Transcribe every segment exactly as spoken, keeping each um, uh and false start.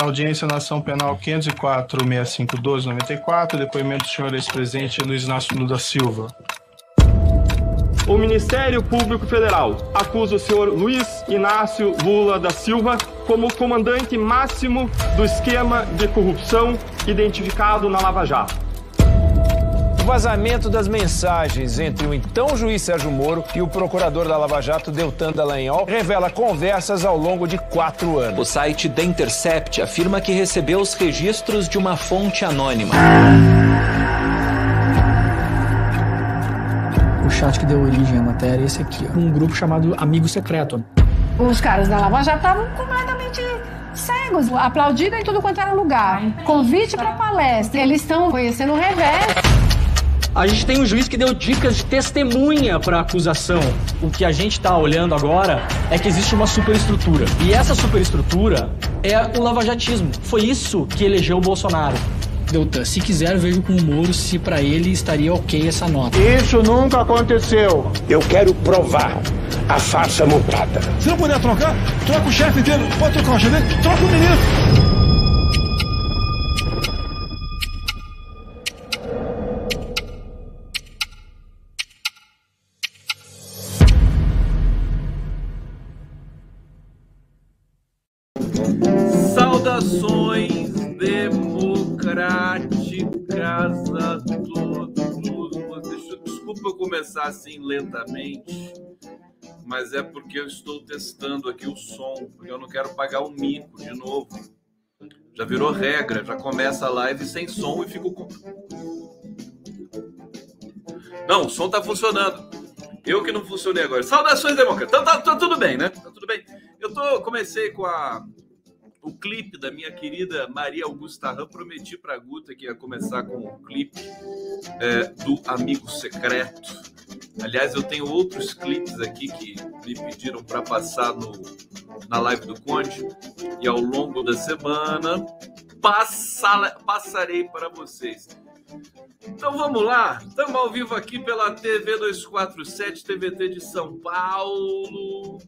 audiência na ação penal quinhentos e quatro, sessenta e cinco, doze, noventa e quatro, depoimento do senhor ex-presidente Luiz Inácio Lula da Silva. O Ministério Público Federal acusa o senhor Luiz Inácio Lula da Silva como comandante máximo do esquema de corrupção identificado na Lava Jato. O vazamento das mensagens entre o então juiz Sérgio Moro e o procurador da Lava Jato, Deltan Dallagnol, revela conversas ao longo de quatro anos. O site The Intercept afirma que recebeu os registros de uma fonte anônima. O chat que deu origem à matéria é esse aqui, ó. Um grupo chamado Amigo Secreto. Os caras da Lava Jato estavam completamente cegos, aplaudido em tudo quanto era lugar. Convite para palestra, eles estão conhecendo o revés. A gente tem um juiz que deu dicas de testemunha para a acusação. O que a gente está olhando agora é que existe uma superestrutura. E essa superestrutura é o lavajatismo. Foi isso que elegeu o Bolsonaro. Deltan, se quiser, eu vejo com o Moro se para ele estaria ok essa nota. Isso nunca aconteceu. Eu quero provar a farsa montada. Se não puder trocar, troca o chefe dele. Pode trocar o chefe dele, troca o ministro. Saudações democráticas a todos. Deixa, desculpa eu começar assim lentamente, mas é porque eu estou testando aqui o som, porque eu não quero pagar o mico de novo. Já virou regra, já começa a live sem som e fico com... Não, o som tá funcionando. Eu que não funcionei agora. Saudações democráticas. Então tá, tá tudo bem, né? Tá tudo bem. Eu tô, comecei com a... o clipe da minha querida Maria Augusta Ram. Prometi para a Guta que ia começar com o clipe é, do Amigo Secreto. Aliás, eu tenho outros clipes aqui que me pediram para passar no, na live do Conde, e ao longo da semana passa, passarei para vocês. Então vamos lá, estamos ao vivo aqui pela T V duzentos e quarenta e sete, T V T de São Paulo,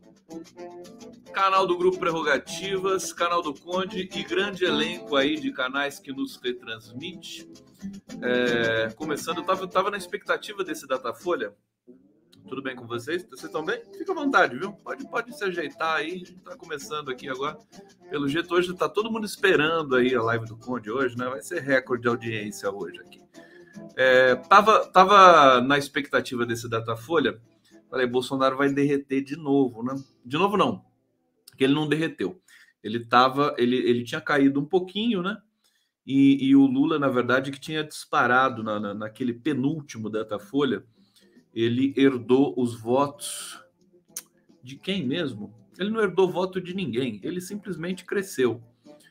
canal do Grupo Prerrogativas, canal do Conde e grande elenco aí de canais que nos retransmite. É, começando, eu tava, eu tava na expectativa desse Datafolha. Tudo bem com vocês? Vocês estão bem? Fica à vontade, viu? Pode, pode se ajeitar aí. A gente tá começando aqui agora. Pelo jeito, hoje tá todo mundo esperando aí a live do Conde hoje, né? Vai ser recorde de audiência hoje aqui. É, tava, tava na expectativa desse Datafolha. Falei, Bolsonaro vai derreter de novo, né? De novo não, porque ele não derreteu. Ele tava, ele, ele tinha caído um pouquinho, né? E, e o Lula, na verdade, que tinha disparado na, na, naquele penúltimo Datafolha, ele herdou os votos de quem mesmo? Ele não herdou voto de ninguém, ele simplesmente cresceu.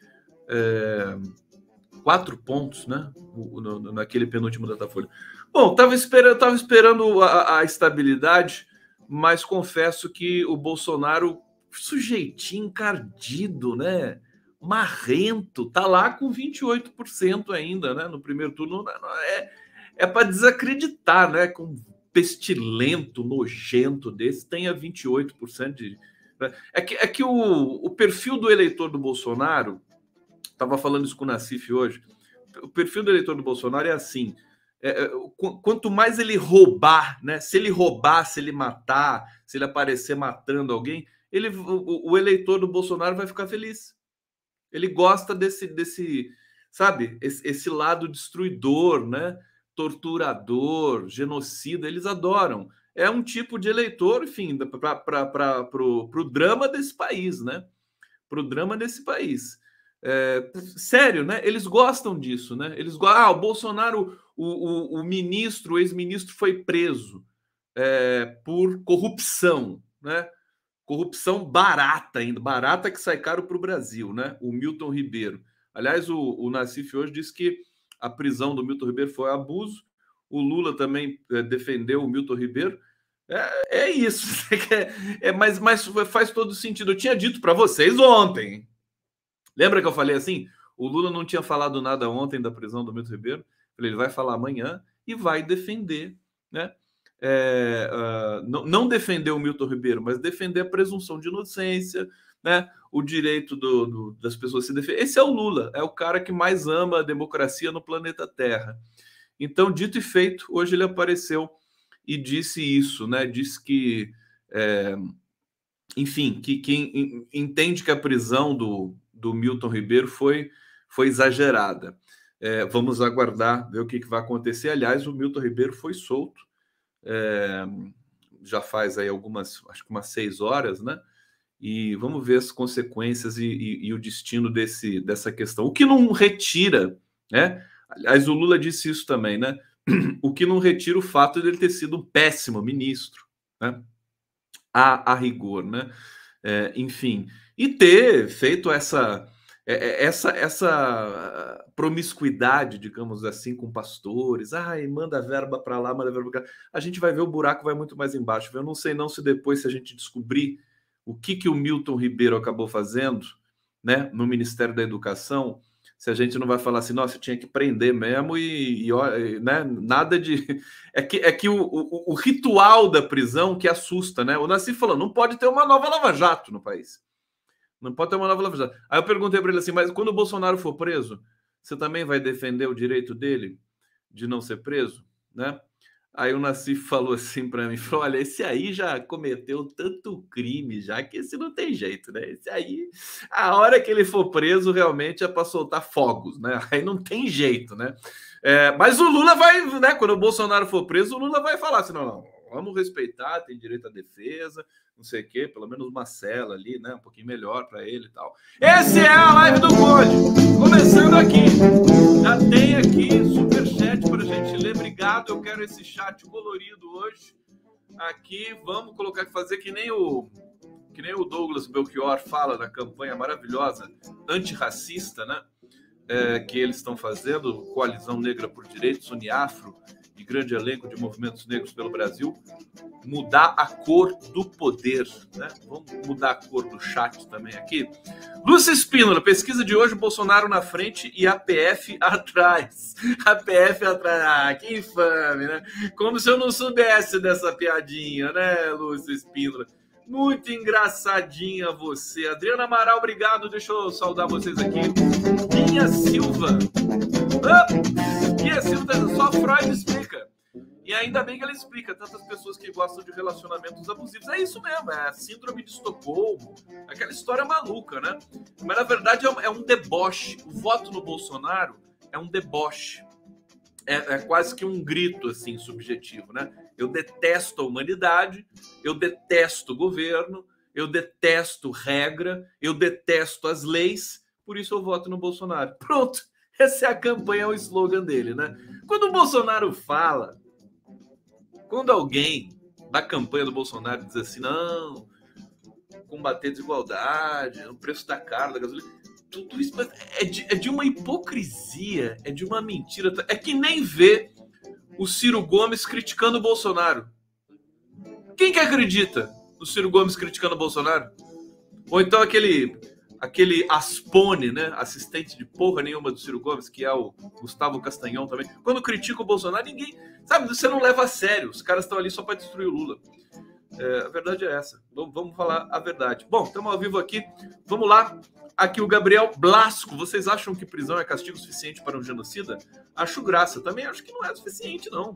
É, quatro pontos, né? No, no, naquele penúltimo Datafolha. Bom, tava esperando, tava esperando a, a estabilidade, mas confesso que o Bolsonaro, sujeitinho, encardido, né? Marrento, tá lá com vinte e oito por cento ainda, né? No primeiro turno, é, é para desacreditar, né? Com um pestilento, nojento desse, tenha vinte e oito por cento de... É que, é que o, o perfil do eleitor do Bolsonaro, estava falando isso com o Nassif hoje, o perfil do eleitor do Bolsonaro é assim, é, quanto mais ele roubar, né? Se ele roubar, se ele matar, se ele aparecer matando alguém, ele, o, o eleitor do Bolsonaro vai ficar feliz. Ele gosta desse, desse sabe, esse, esse lado destruidor, né? Torturador, genocida, eles adoram. É um tipo de eleitor, enfim, para o drama desse país, né? Para o drama desse país. É, sério, né? Eles gostam disso, né? Eles ah, o Bolsonaro, o, o, o ministro, o ex-ministro foi preso é, por corrupção, né? Corrupção barata ainda, barata que sai caro para o Brasil, né? O Milton Ribeiro. Aliás, o, o Nassif hoje disse que a prisão do Milton Ribeiro foi abuso. O Lula também é, defendeu o Milton Ribeiro. É, é isso. É, é, mas, mas faz todo sentido. Eu tinha dito para vocês ontem. Lembra que eu falei assim? O Lula não tinha falado nada ontem da prisão do Milton Ribeiro. Ele vai falar amanhã e vai defender, né? É, uh, não, não defender o Milton Ribeiro, mas defender a presunção de inocência, né, o direito do, do, das pessoas se defender. Esse é o Lula, é o cara que mais ama a democracia no planeta Terra. Então, dito e feito, hoje ele apareceu e disse isso, né? Disse que, é, enfim, que quem entende que a prisão do, do Milton Ribeiro foi, foi exagerada. É, vamos aguardar, ver o que, que vai acontecer. Aliás, o Milton Ribeiro foi solto, é, já faz aí algumas, acho que umas seis horas, né? E vamos ver as consequências e, e, e o destino desse, dessa questão. O que não retira, né? Aliás, o Lula disse isso também, né? O que não retira o fato de ele ter sido um péssimo ministro, né? A, a rigor, né? É, enfim, e ter feito essa, essa, essa promiscuidade, digamos assim, com pastores. Ai, manda verba para lá, manda verba para cá. A gente vai ver, o buraco vai muito mais embaixo. Eu não sei não se depois, se a gente descobrir o que, que o Milton Ribeiro acabou fazendo, né, no Ministério da Educação, se a gente não vai falar assim, nossa, tinha que prender mesmo e, e né, nada de... É que, é que o, o, o ritual da prisão que assusta, né? O Nassif falou, não pode ter uma nova Lava Jato no país. Não pode ter uma nova Lava Jato. Aí eu perguntei para ele assim, mas quando o Bolsonaro for preso, você também vai defender o direito dele de não ser preso, né? Aí o Nassif falou assim para mim, falou, olha, esse aí já cometeu tanto crime já que esse não tem jeito, né? Esse aí, a hora que ele for preso realmente é para soltar fogos, né? Aí não tem jeito, né? É, mas o Lula vai, né? Quando o Bolsonaro for preso, o Lula vai falar assim, não, não, vamos respeitar, tem direito à defesa, não sei o quê, pelo menos uma cela ali, né? Um pouquinho melhor para ele e tal. Esse é a live do Conde, começando aqui. Já tem aqui superchat para a gente ler. Obrigado, eu quero esse chat colorido hoje. Aqui, vamos colocar, fazer que nem o que nem o Douglas Belchior fala na campanha maravilhosa antirracista, né? É, que eles estão fazendo, Coalizão Negra por Direitos, Uniafro e grande elenco de movimentos negros pelo Brasil, mudar a cor do poder, né? Vamos mudar a cor do chat também aqui. Lúcia Espínola, pesquisa de hoje, Bolsonaro na frente e a P F atrás. A P F atrás, ah, que infame, né? Como se eu não soubesse dessa piadinha, né, Lúcia Espínola? Muito engraçadinha você. Adriana Amaral, obrigado. Deixa eu saudar vocês aqui. Minha Silva. Ah, Minha Silva, só Freud explica. E ainda bem que ela explica. Tantas pessoas que gostam de relacionamentos abusivos. É isso mesmo, é a síndrome de Estocolmo. Aquela história maluca, né? Mas na verdade é um deboche. O voto no Bolsonaro é um deboche. É, é quase que um grito, assim, subjetivo, né? Eu detesto a humanidade, eu detesto o governo, eu detesto regra, eu detesto as leis, por isso eu voto no Bolsonaro. Pronto, essa é a campanha, é o slogan dele, né? Quando o Bolsonaro fala, quando alguém da campanha do Bolsonaro diz assim, não, combater a desigualdade, o preço da carne, da gasolina, tudo isso é de, é de uma hipocrisia, é de uma mentira, é que nem vê o Ciro Gomes criticando o Bolsonaro. Quem que acredita no Ciro Gomes criticando o Bolsonaro? Ou então aquele, aquele Aspone, né? Assistente de porra nenhuma do Ciro Gomes, que é o Gustavo Castanhão também. Quando critica o Bolsonaro, ninguém... Sabe, você não leva a sério. Os caras estão ali só para destruir o Lula. É, a verdade é essa. Vamos, vamos falar a verdade. Bom, estamos ao vivo aqui. Vamos lá. Aqui o Gabriel Blasco. Vocês acham que prisão é castigo suficiente para um genocida? Acho graça. Também acho que não é suficiente, não.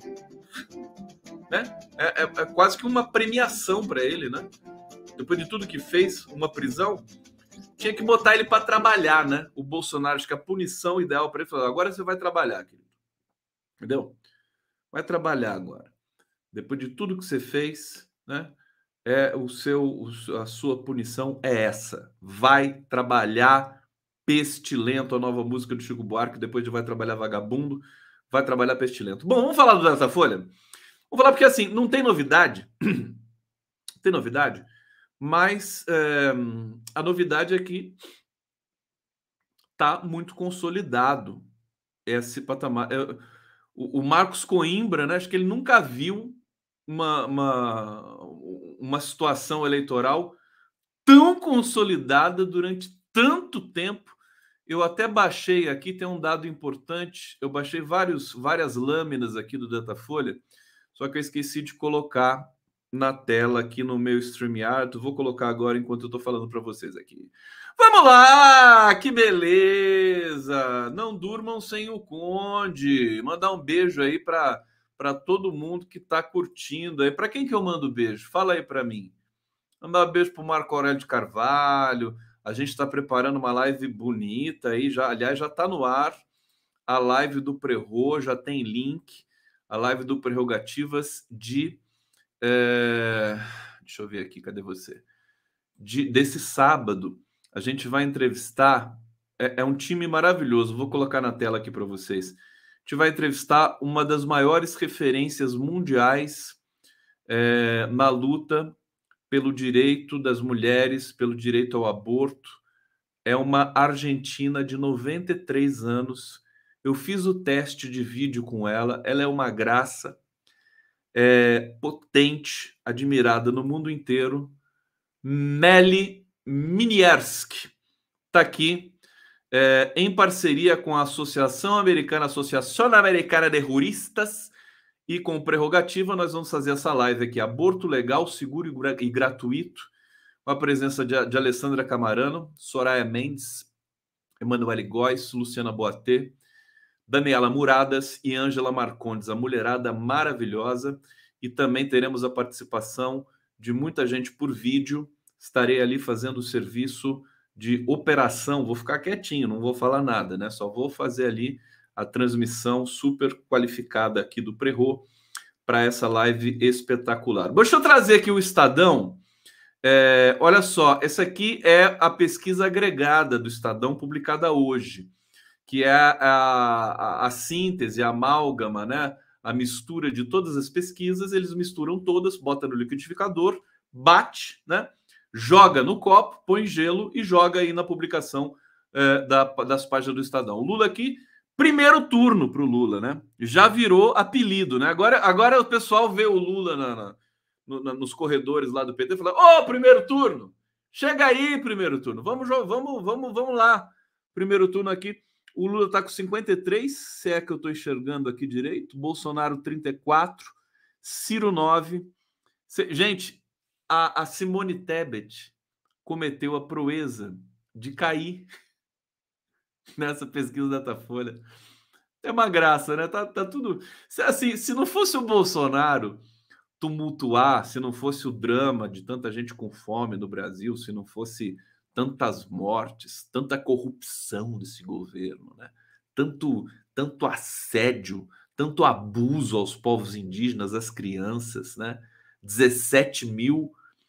Né? É, é, é quase que uma premiação para ele, né? Depois de tudo que fez, uma prisão, tinha que botar ele para trabalhar, né? O Bolsonaro, acho que a punição ideal para ele foi, agora você vai trabalhar, querido. Entendeu? Vai trabalhar agora. Depois de tudo que você fez, né? É o seu, a sua punição é essa. Vai trabalhar pestilento, a nova música do Chico Buarque, depois de vai trabalhar vagabundo, vai trabalhar pestilento. Bom, vamos falar do Datafolha? Vamos falar porque, assim, não tem novidade, tem novidade, mas é, a novidade é que está muito consolidado esse patamar. É, o, o Marcos Coimbra, né, acho que ele nunca viu uma, uma, uma situação eleitoral tão consolidada durante tanto tempo. Eu até baixei aqui, tem um dado importante, eu baixei vários, várias lâminas aqui do Datafolha, só que eu esqueci de colocar na tela aqui no meu StreamYard. Vou colocar agora enquanto eu estou falando para vocês aqui. Vamos lá! Que beleza! Não durmam sem o Conde. Mandar um beijo aí para para todo mundo que está curtindo aí. Para quem que eu mando beijo? Fala aí para mim. Mandar um beijo para o Marco Aurélio de Carvalho. A gente está preparando uma live bonita aí. Já, aliás, já está no ar. A live do Prerro, já tem link. A live do Prerrogativas de... É... Deixa eu ver aqui, cadê você? De, desse sábado, a gente vai entrevistar... É, é um time maravilhoso. Vou colocar na tela aqui para vocês. A gente vai entrevistar uma das maiores referências mundiais é, na luta pelo direito das mulheres, pelo direito ao aborto. É uma argentina de noventa e três anos. Eu fiz o teste de vídeo com ela. Ela é uma graça, é, potente, admirada no mundo inteiro. Meli Minierski está aqui. É, em parceria com a Associação Americana, Associação Americana de Juristas e com Prerrogativa, nós vamos fazer essa live aqui, aborto legal, seguro e, gra e gratuito, com a presença de, de Alessandra Camarano, Soraya Mendes, Emanuele Góes, Luciana Boatê, Daniela Muradas e Ângela Marcondes, a mulherada maravilhosa, e também teremos a participação de muita gente por vídeo. Estarei ali fazendo o serviço de operação, vou ficar quietinho, não vou falar nada, né? Só vou fazer ali a transmissão super qualificada aqui do Prerro para essa live espetacular. Deixa eu trazer aqui o Estadão. É, olha só, essa aqui é a pesquisa agregada do Estadão publicada hoje, que é a, a, a síntese, a amálgama, né? A mistura de todas as pesquisas, eles misturam todas, bota no liquidificador, bate, né? Joga no copo, põe gelo e joga aí na publicação é, da, das páginas do Estadão. O Lula aqui, primeiro turno para o Lula, né? Já virou apelido, né? Agora, agora o pessoal vê o Lula na, na, no, na, nos corredores lá do P T e fala: ô, oh, primeiro turno! Chega aí, primeiro turno! Vamos, vamos, vamos, vamos lá! Primeiro turno aqui. O Lula está com cinquenta e três, se é que eu estou enxergando aqui direito. Bolsonaro, trinta e quatro. Ciro, nove. Gente, a, a Simone Tebet cometeu a proeza de cair nessa pesquisa da Datafolha. É uma graça, né? Tá, tá tudo... Assim, se não fosse o Bolsonaro tumultuar, se não fosse o drama de tanta gente com fome no Brasil, se não fosse tantas mortes, tanta corrupção desse governo, né? Tanto, tanto assédio, tanto abuso aos povos indígenas, às crianças, né? dezessete mil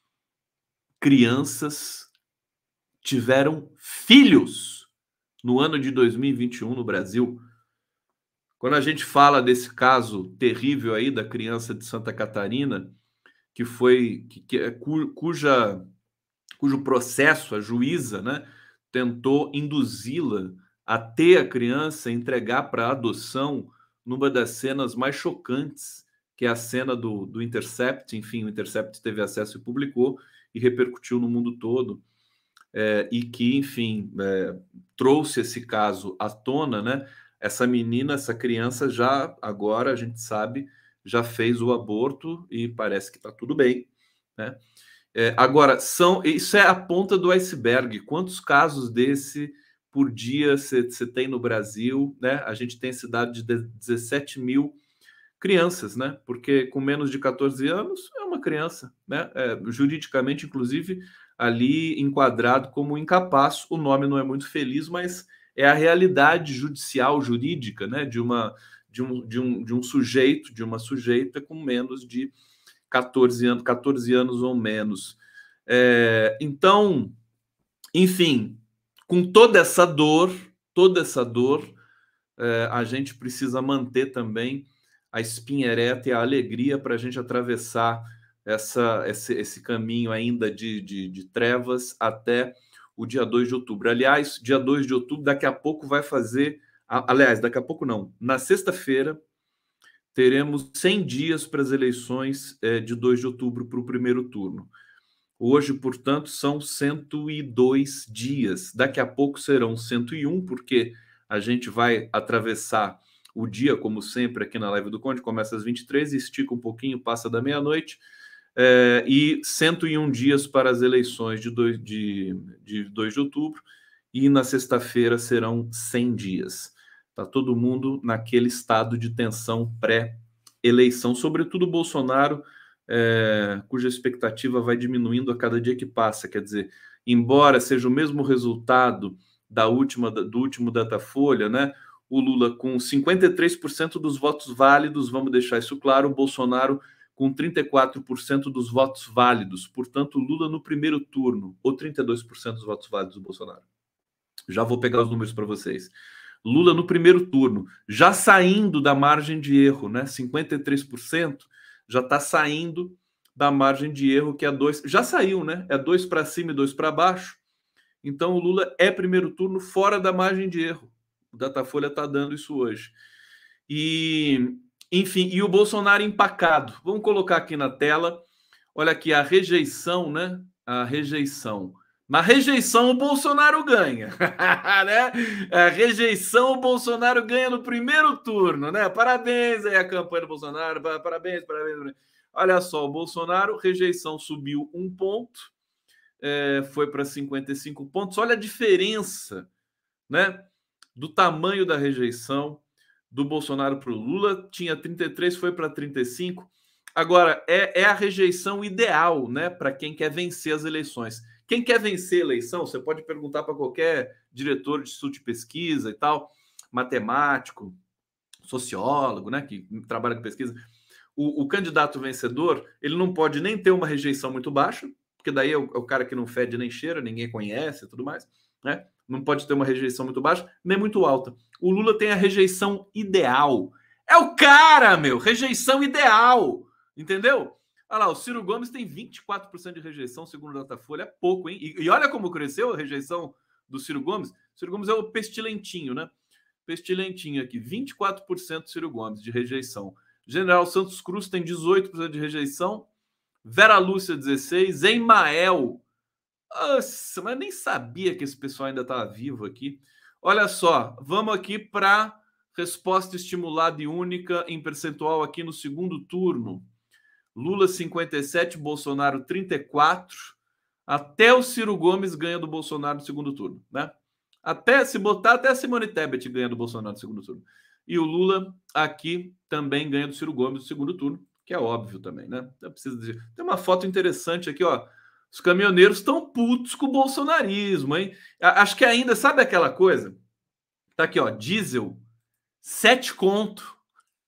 crianças tiveram filhos no ano de dois mil e vinte e um no Brasil. Quando a gente fala desse caso terrível aí da criança de Santa Catarina, que foi que, que, cu, cuja cujo processo a juíza, né, tentou induzi-la a ter a criança, entregar para adoção, numa das cenas mais chocantes, que é a cena do, do Intercept. Enfim, o Intercept teve acesso e publicou, e repercutiu no mundo todo, é, e que, enfim, é, trouxe esse caso à tona, né? Essa menina, essa criança já, agora a gente sabe, já fez o aborto e parece que está tudo bem, né? É, agora, são, isso é a ponta do iceberg. Quantos casos desse por dia você tem no Brasil, né? A gente tem cidade de dezessete mil crianças, né? Porque com menos de catorze anos é uma criança, né? É, juridicamente, inclusive, ali enquadrado como incapaz. O nome não é muito feliz, mas é a realidade judicial, jurídica, né? De, uma, de, um, de, um, de um sujeito, de uma sujeita com menos de catorze anos, catorze anos ou menos. É, então, enfim, com toda essa dor, toda essa dor, é, a gente precisa manter também a espinha ereta e a alegria para a gente atravessar essa, esse, esse caminho ainda de, de, de trevas até o dia dois de outubro. Aliás, dia dois de outubro, daqui a pouco vai fazer... Aliás, daqui a pouco não. Na sexta-feira, teremos cem dias para as eleições é, de dois de outubro para o primeiro turno. Hoje, portanto, são cento e dois dias. Daqui a pouco serão cento e um, porque a gente vai atravessar o dia, como sempre, aqui na live do Conde. Começa às vinte e três, estica um pouquinho, passa da meia-noite. é, e cento e um dias para as eleições de dois de, de, dois de outubro, e na sexta-feira serão cem dias. Está todo mundo naquele estado de tensão pré-eleição, sobretudo o Bolsonaro, é, cuja expectativa vai diminuindo a cada dia que passa. Quer dizer, embora seja o mesmo resultado da última, do último Datafolha, né? O Lula com cinquenta e três por cento dos votos válidos, vamos deixar isso claro, o Bolsonaro com trinta e quatro por cento dos votos válidos. Portanto, Lula no primeiro turno, ou trinta e dois por cento dos votos válidos do Bolsonaro. Já vou pegar os números para vocês. Lula no primeiro turno, já saindo da margem de erro, né? cinquenta e três por cento já está saindo da margem de erro, que é dois. Já saiu, né? É dois para cima e dois para baixo. Então, o Lula é primeiro turno fora da margem de erro. O Datafolha está dando isso hoje. E, enfim, e o Bolsonaro empacado. Vamos colocar aqui na tela. Olha aqui a rejeição, né? A rejeição. Na rejeição, o Bolsonaro ganha. Né? A rejeição, o Bolsonaro ganha no primeiro turno, né? Parabéns aí a campanha do Bolsonaro. Parabéns, parabéns. parabéns. Olha só, o Bolsonaro, rejeição subiu um ponto, é, foi para cinquenta e cinco pontos. Olha a diferença, né? Do tamanho da rejeição do Bolsonaro para o Lula. Tinha trinta e três, foi para trinta e cinco. Agora, é, é a rejeição ideal, né? Para quem quer vencer as eleições. Quem quer vencer a eleição, você pode perguntar para qualquer diretor de instituto de pesquisa e tal, matemático, sociólogo, né, que trabalha com pesquisa. O, o candidato vencedor, ele não pode nem ter uma rejeição muito baixa, porque daí é o, é o cara que não fede nem cheira, ninguém conhece e tudo mais, né? Não pode ter uma rejeição muito baixa, nem muito alta. O Lula tem a rejeição ideal. É o cara, meu! Rejeição ideal! Entendeu? Olha lá, o Ciro Gomes tem vinte e quatro por cento de rejeição, segundo o Datafolha. É pouco, hein? E, e olha como cresceu a rejeição do Ciro Gomes. O Ciro Gomes é o pestilentinho, né? Pestilentinho aqui. vinte e quatro por cento Ciro Gomes de rejeição. General Santos Cruz tem dezoito por cento de rejeição. Vera Lúcia, dezesseis por cento. Emael. Nossa, mas nem sabia que esse pessoal ainda estava vivo aqui. Olha só, vamos aqui para resposta estimulada e única em percentual aqui no segundo turno. Lula cinquenta e sete, Bolsonaro trinta e quatro. Até o Ciro Gomes ganha do Bolsonaro no segundo turno, né? Até se botar, até a Simone Tebet ganha do Bolsonaro no segundo turno. E o Lula aqui também ganha do Ciro Gomes no segundo turno, que é óbvio também, né? Não precisa dizer. Tem uma foto interessante aqui, ó. Os caminhoneiros estão putos com o bolsonarismo, hein? Acho que ainda, sabe aquela coisa? Tá aqui, ó, diesel, sete conto.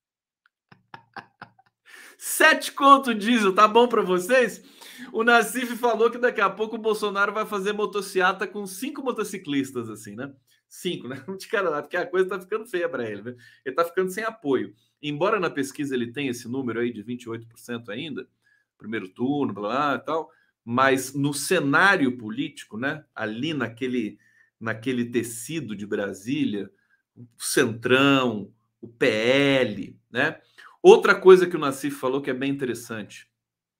Sete conto diesel, tá bom para vocês? O Nassif falou que daqui a pouco o Bolsonaro vai fazer motociata com cinco motociclistas, assim, né? Cinco, né? De cada lado, porque a coisa tá ficando feia para ele, né? Ele tá ficando sem apoio. Embora na pesquisa ele tenha esse número aí de vinte e oito por cento ainda, primeiro turno, blá, blá, e tal, mas no cenário político, né? Ali naquele, naquele tecido de Brasília, o Centrão, o P L, né? Outra coisa que o Nassif falou que é bem interessante.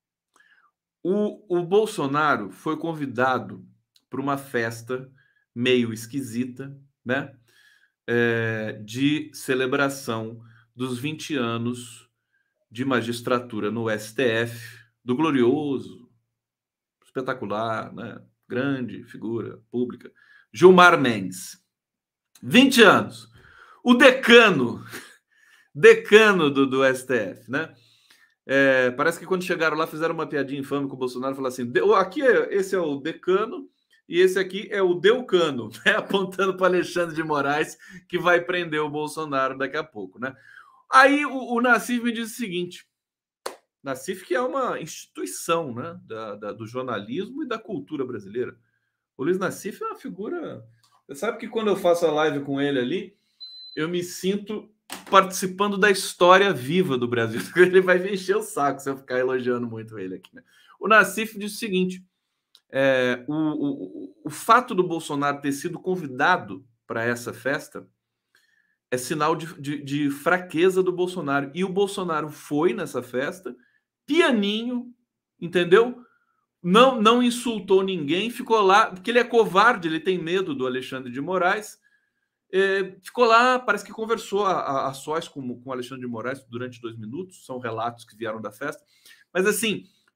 O, o Bolsonaro foi convidado para uma festa meio esquisita, né? É, de celebração dos vinte anos de magistratura no S T F, do glorioso, espetacular, né? Grande figura pública, Gilmar Mendes. vinte anos. O decano... decano do, do S T F, né? É, parece que quando chegaram lá fizeram uma piadinha infame com o Bolsonaro, falaram assim, aqui é, esse é o decano e esse aqui é o Deucano, né? Apontando para Alexandre de Moraes, que vai prender o Bolsonaro daqui a pouco, né? Aí o, o Nassif me diz o seguinte, Nassif que é uma instituição, né? Da, da, do jornalismo e da cultura brasileira. O Luiz Nassif é uma figura... Você sabe que quando eu faço a live com ele ali, eu me sinto participando da história viva do Brasil. Ele vai me encher o saco se eu ficar elogiando muito ele aqui, né? O Nassif diz o seguinte, é, o, o, o fato do Bolsonaro ter sido convidado para essa festa é sinal de, de, de fraqueza do Bolsonaro. E o Bolsonaro foi nessa festa, pianinho, entendeu? Não, não insultou ninguém, ficou lá, porque ele é covarde, ele tem medo do Alexandre de Moraes. É, ficou lá, parece que conversou a, a, a sós com, com o Alexandre de Moraes durante dois minutos, são relatos que vieram da festa, mas assim,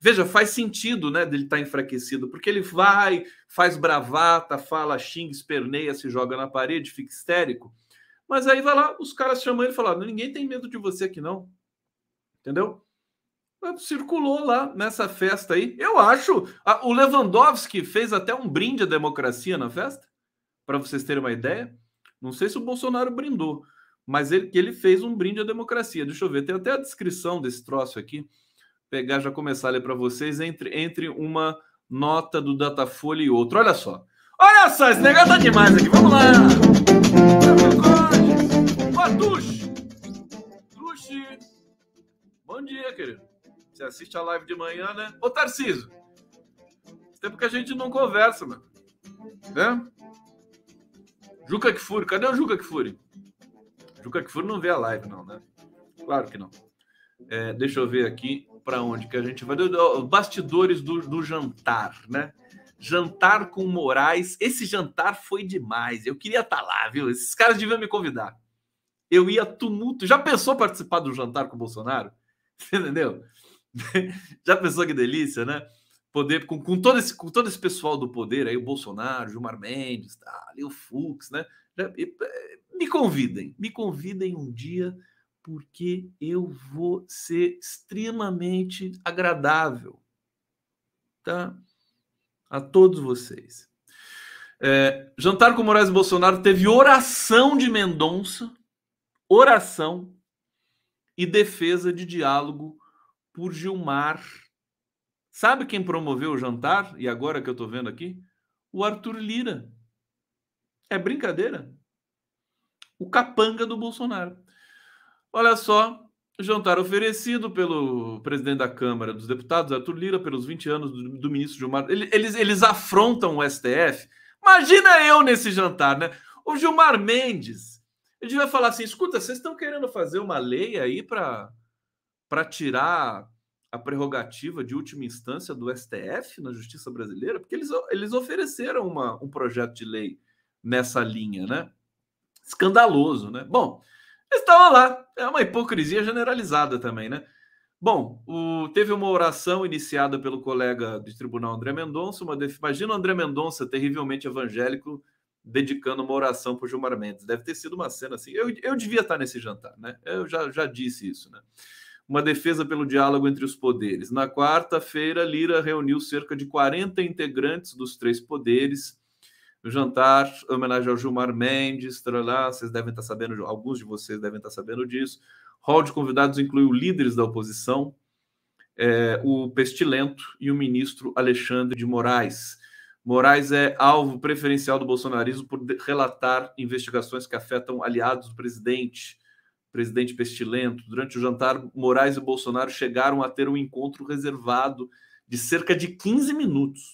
Veja, faz sentido, né, dele estar enfraquecido, porque ele vai, faz bravata, fala, xinga, esperneia, se joga na parede, fica histérico. Mas aí vai lá, os caras chamam ele e falam, ninguém tem medo de você aqui não. Entendeu? Circulou lá nessa festa aí. Eu acho, a, o Lewandowski fez até um brinde à democracia na festa, para vocês terem uma ideia. Não sei se o Bolsonaro brindou, mas ele, ele fez um brinde à democracia. Deixa eu ver, tem até a descrição desse troço aqui. Pegar, já começar a ler para vocês, entre, entre uma nota do Datafolha e outra. Olha só. Olha só, esse negócio tá demais aqui. Vamos lá. Ó, Tuxi. Tuxi. Bom dia, querido. Você assiste a live de manhã, né? Ô, Tarcísio. Tempo que a gente não conversa, mano. Né? Juca Kfouri. Cadê o Juca Kfouri? Juca Kfouri não vê a live, não, né? Claro que não. É, deixa eu ver aqui para onde que a gente vai. Bastidores do, do jantar, né? Jantar com Moraes. Esse jantar foi demais. Eu queria estar lá, viu? Esses caras deviam me convidar. Eu ia tumulto. Já pensou participar do jantar com o Bolsonaro? Entendeu? Já pensou que delícia, né? Poder com, com, todo esse, com todo esse pessoal do poder aí, o Bolsonaro, Gilmar Mendes, tá, ali o Fux, né? Já, me convidem, me convidem um dia, porque eu vou ser extremamente agradável, tá? A todos vocês. É, jantar com Moraes e Bolsonaro teve oração de Mendonça, oração e defesa de diálogo por Gilmar. Sabe quem promoveu o jantar? E agora que eu tô vendo aqui? O Arthur Lira. É brincadeira? O capanga do Bolsonaro. Olha só, jantar oferecido pelo presidente da Câmara dos Deputados, Arthur Lira, pelos vinte anos do, do ministro Gilmar. Eles, eles afrontam o S T F. Imagina eu nesse jantar, né? O Gilmar Mendes, ele devia falar assim, escuta, vocês estão querendo fazer uma lei aí para para tirar a prerrogativa de última instância do S T F na justiça brasileira? Porque eles, eles ofereceram uma, um projeto de lei nessa linha, né? Escandaloso, né? Bom, eles estavam lá. É uma hipocrisia generalizada também, né? Bom, o, teve uma oração iniciada pelo colega de tribunal André Mendonça. Uma def... Imagina o André Mendonça, terrivelmente evangélico, dedicando uma oração para o Gilmar Mendes. Deve ter sido uma cena assim. Eu, eu devia estar nesse jantar, né? Eu já, já disse isso, né? Uma defesa pelo diálogo entre os poderes. Na quarta-feira, Lira reuniu cerca de quarenta integrantes dos três poderes. O jantar, em homenagem ao Gilmar Mendes, lá, vocês devem estar sabendo, alguns de vocês devem estar sabendo disso. Hall de convidados incluiu líderes da oposição, é, o Pestilento e o ministro Alexandre de Moraes. Moraes é alvo preferencial do bolsonarismo por relatar investigações que afetam aliados do presidente. Presidente Pestilento. Durante o jantar, Moraes e Bolsonaro chegaram a ter um encontro reservado de cerca de quinze minutos.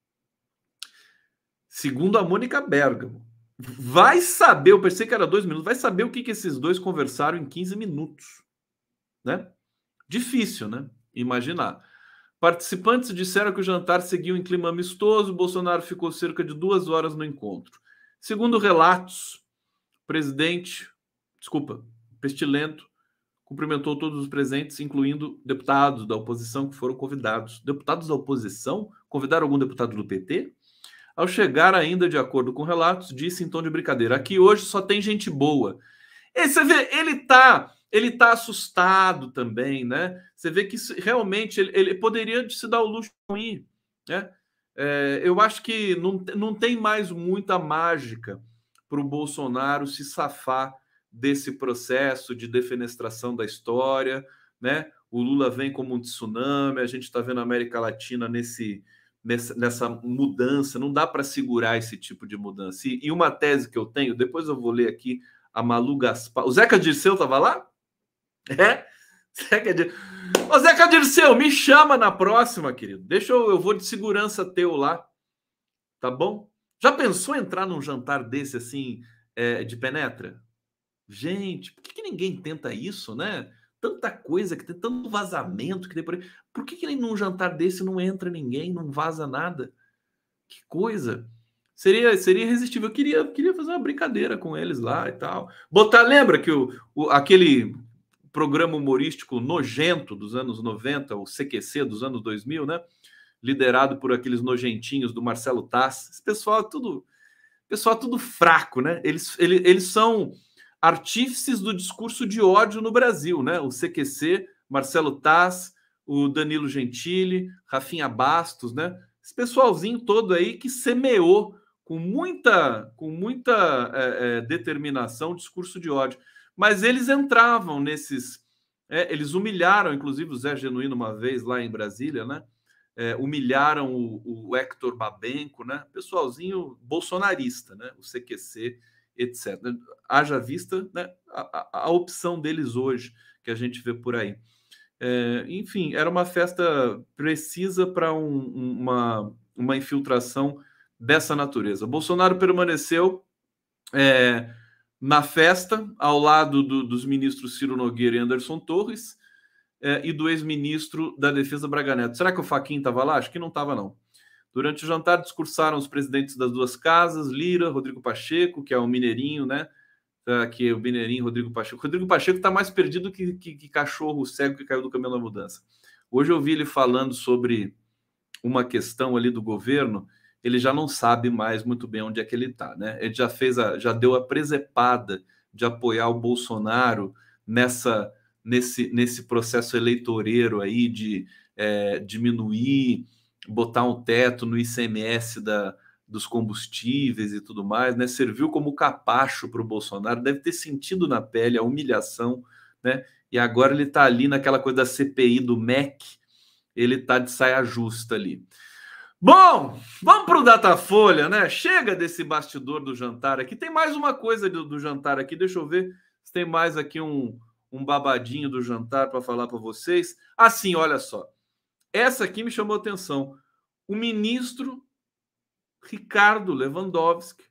Segundo a Mônica Bergamo. Vai saber, eu pensei que era dois minutos, vai saber o que, que esses dois conversaram em quinze minutos. Né? Difícil, né? Imaginar. Participantes disseram que o jantar seguiu em clima amistoso, Bolsonaro ficou cerca de duas horas no encontro. Segundo relatos, o presidente... Desculpa, Pestilento cumprimentou todos os presentes, incluindo deputados da oposição que foram convidados. Deputados da oposição? Convidaram algum deputado do P T? Ao chegar, ainda de acordo com relatos, disse em tom de brincadeira, aqui hoje só tem gente boa. E você vê, ele tá, ele tá assustado também, né? Você vê que realmente ele, ele poderia se dar o luxo de ir, né? É, eu acho que não, não tem mais muita mágica para o Bolsonaro se safar desse processo de defenestração da história, né? O Lula vem como um tsunami, a gente está vendo a América Latina nesse, nessa, nessa mudança, não dá para segurar esse tipo de mudança. E, e uma tese que eu tenho, depois eu vou ler aqui a Malu Gaspar. O Zeca Dirceu estava lá? É? Zeca Dirceu. Ô, Zeca Dirceu, me chama na próxima, querido. Deixa eu, eu vou de segurança teu lá, tá bom? Já pensou entrar num jantar desse assim, é, de penetra? Gente, por que, que ninguém tenta isso, né? Tanta coisa, que tem tanto vazamento que tem por aí. Por que, que num jantar desse não entra ninguém, não vaza nada? Que coisa. Seria, seria irresistível. Eu queria, queria fazer uma brincadeira com eles lá e tal. Botar, lembra que o, o, aquele programa humorístico nojento dos anos noventa, o C Q C dos anos dois mil, né? Liderado por aqueles nojentinhos do Marcelo Taz. Esse pessoal é tudo, pessoal é tudo fraco, né? Eles, eles, eles são artífices do discurso de ódio no Brasil, né? O C Q C, Marcelo Taz, o Danilo Gentili, Rafinha Bastos, né? Esse pessoalzinho todo aí que semeou com muita, com muita é, é, determinação o discurso de ódio. Mas eles entravam nesses... É, eles humilharam, inclusive, o Zé Genuíno uma vez lá em Brasília, né? É, humilharam o, o Hector Babenco, né? Pessoalzinho bolsonarista, né? O C Q C, etcétera. Haja vista, né? a, a, a opção deles hoje, que a gente vê por aí. É, enfim, era uma festa precisa para um, uma, uma infiltração dessa natureza. Bolsonaro permaneceu é, na festa, ao lado do, dos ministros Ciro Nogueira e Anderson Torres, é, e do ex-ministro da Defesa Braga Neto. Será que o Fachin estava lá? Acho que não estava, não. Durante o jantar, discursaram os presidentes das duas casas, Lira, Rodrigo Pacheco, que é o mineirinho, né? Que é o mineirinho Rodrigo Pacheco. Rodrigo Pacheco está mais perdido que, que, que cachorro cego que caiu do caminhão da mudança. Hoje eu vi ele falando sobre uma questão ali do governo, ele já não sabe mais muito bem onde é que ele está, né? Ele já fez a, já deu a presepada de apoiar o Bolsonaro nessa, nesse, nesse processo eleitoreiro aí de é, diminuir, botar um teto no I C M S da, dos combustíveis e tudo mais, né? Serviu como capacho para o Bolsonaro, deve ter sentido na pele a humilhação, né? E agora ele está ali naquela coisa da C P I do M E C, ele está de saia justa ali. Bom, vamos para o Datafolha, né? Chega desse bastidor do jantar aqui. Tem mais uma coisa do, do jantar aqui, deixa eu ver se tem mais aqui um, um babadinho do jantar para falar para vocês. Assim, olha só, essa aqui me chamou a atenção. O ministro Ricardo Lewandowski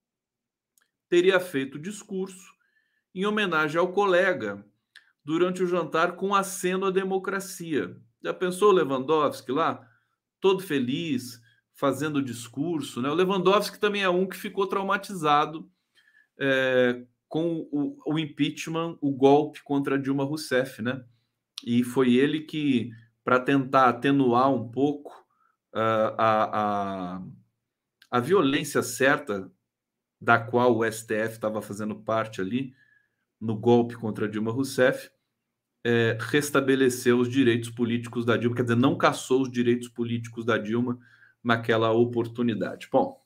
teria feito discurso em homenagem ao colega durante o jantar com aceno à democracia. Já pensou o Lewandowski lá, todo feliz, fazendo discurso, né? O Lewandowski também é um que ficou traumatizado é, com o, o impeachment, o golpe contra Dilma Rousseff, né? E foi ele que, para tentar atenuar um pouco uh, a, a, a violência certa da qual o S T F estava fazendo parte ali, no golpe contra Dilma Rousseff, é, restabeleceu os direitos políticos da Dilma, quer dizer, não cassou os direitos políticos da Dilma naquela oportunidade. Bom,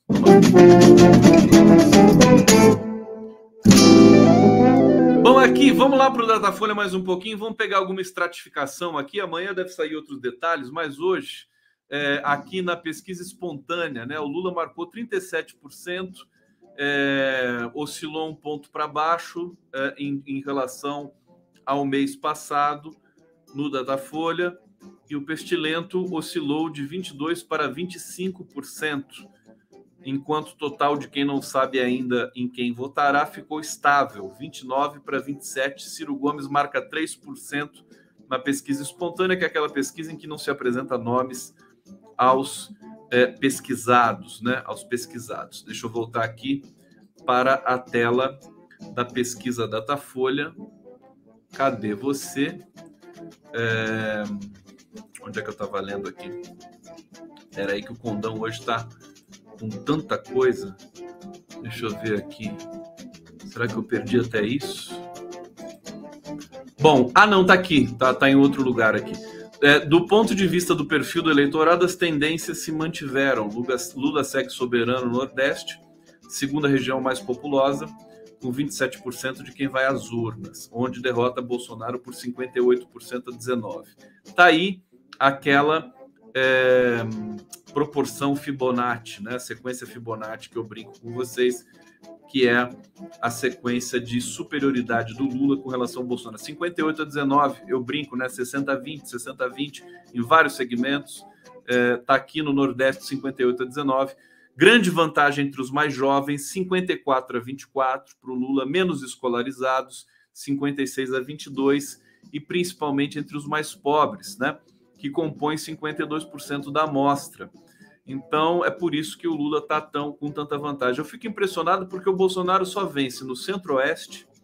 Bom, aqui, vamos lá para o Datafolha mais um pouquinho, vamos pegar alguma estratificação aqui, amanhã deve sair outros detalhes, mas hoje, é, aqui na pesquisa espontânea, né, o Lula marcou trinta e sete por cento, é, oscilou um ponto para baixo é, em, em relação ao mês passado no Datafolha, e o Pestilento oscilou de vinte e dois por cento para vinte e cinco por cento, enquanto o total de quem não sabe ainda em quem votará ficou estável, vinte e nove para vinte e sete por cento. Ciro Gomes marca três por cento na pesquisa espontânea, que é aquela pesquisa em que não se apresenta nomes aos é, pesquisados, né? Aos pesquisados. Deixa eu voltar aqui para a tela da pesquisa Datafolha. Cadê você? É... Onde é que eu estava lendo aqui? Era aí que o Condão hoje está com tanta coisa. Deixa eu ver aqui. Será que eu perdi até isso? Bom, ah não, tá aqui. Tá, tá em outro lugar aqui. É, do ponto de vista do perfil do eleitorado, as tendências se mantiveram. Lula, Lula segue soberano no Nordeste, segunda região mais populosa, com vinte e sete por cento de quem vai às urnas, onde derrota Bolsonaro por cinquenta e oito por cento a dezenove por cento. Está aí aquela é, proporção Fibonacci, né? A sequência Fibonacci que eu brinco com vocês, que é a sequência de superioridade do Lula com relação ao Bolsonaro. cinquenta e oito a dezenove, eu brinco, né? sessenta a vinte, sessenta a vinte em vários segmentos. Está é, aqui no Nordeste, cinquenta e oito a dezenove. Grande vantagem entre os mais jovens, cinquenta e quatro a vinte e quatro para o Lula, menos escolarizados, cinquenta e seis a vinte e dois, e principalmente entre os mais pobres, né, que compõem cinquenta e dois por cento da amostra. Então, é por isso que o Lula está tão, com tanta vantagem. Eu fico impressionado porque o Bolsonaro só vence no Centro-Oeste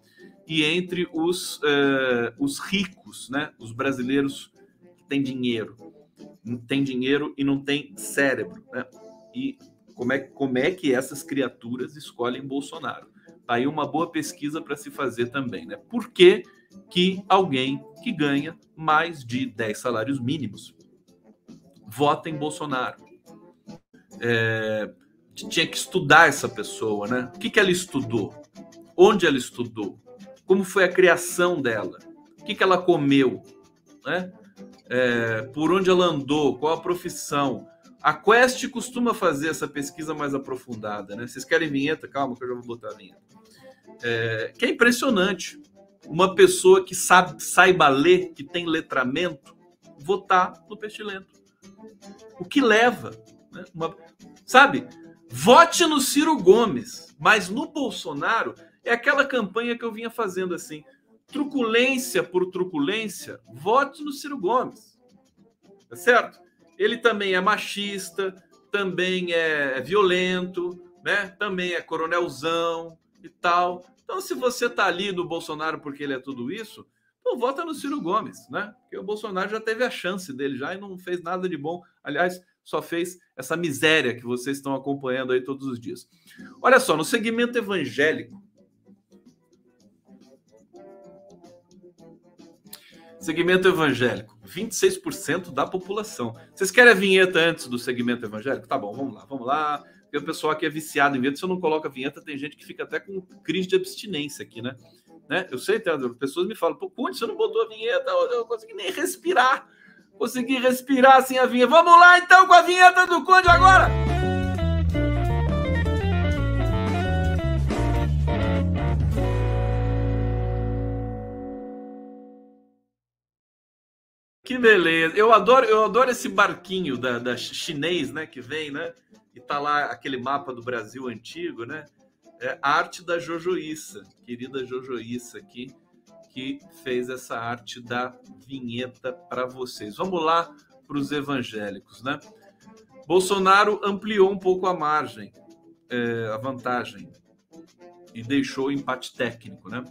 e entre os, uh, os ricos, né? Os brasileiros que têm dinheiro. Não tem dinheiro e não tem cérebro, né? E como é, como é que essas criaturas escolhem Bolsonaro? Tá aí uma boa pesquisa para se fazer também, né? Por que que alguém que ganha mais de dez salários mínimos vota em Bolsonaro? É, tinha que estudar essa pessoa, né? O que que ela estudou? Onde ela estudou? Como foi a criação dela? O que que ela comeu? Né? É, por onde ela andou? Qual a profissão? A Quest costuma fazer essa pesquisa mais aprofundada, né? Vocês querem vinheta? Calma que eu já vou botar a vinheta. É, que é impressionante. Uma pessoa que sabe, saiba ler, que tem letramento, votar no Pestilento. O que leva? Né? Uma, sabe? Vote no Ciro Gomes, mas no Bolsonaro é aquela campanha que eu vinha fazendo assim. Truculência por truculência, vote no Ciro Gomes. Tá certo? Ele também é machista, também é violento, né? Também é coronelzão e tal. Então, se você tá ali no Bolsonaro porque ele é tudo isso, então vota no Ciro Gomes, né? Porque o Bolsonaro já teve a chance dele já e não fez nada de bom. Aliás, só fez essa miséria que vocês estão acompanhando aí todos os dias. Olha só, no segmento evangélico, segmento evangélico, vinte e seis por cento da população. Vocês querem a vinheta antes do segmento evangélico? Tá bom, vamos lá, vamos lá. Porque o pessoal aqui é viciado em vinheta. Se eu não coloco a vinheta, tem gente que fica até com crise de abstinência aqui, né? né? Eu sei, as pessoas me falam, pô, Conde, você não botou a vinheta, eu não consegui nem respirar. Consegui respirar sem a vinheta. Vamos lá, então, com a vinheta do Conde agora! Que beleza. Eu adoro, eu adoro esse barquinho da, da chinês, né, que vem, né? E tá lá aquele mapa do Brasil antigo, né? É a arte da Jojoíça, querida Jojoíça aqui, que fez essa arte da vinheta para vocês. Vamos lá para os evangélicos, né? Bolsonaro ampliou um pouco a margem, é, a vantagem, e deixou o empate técnico, né?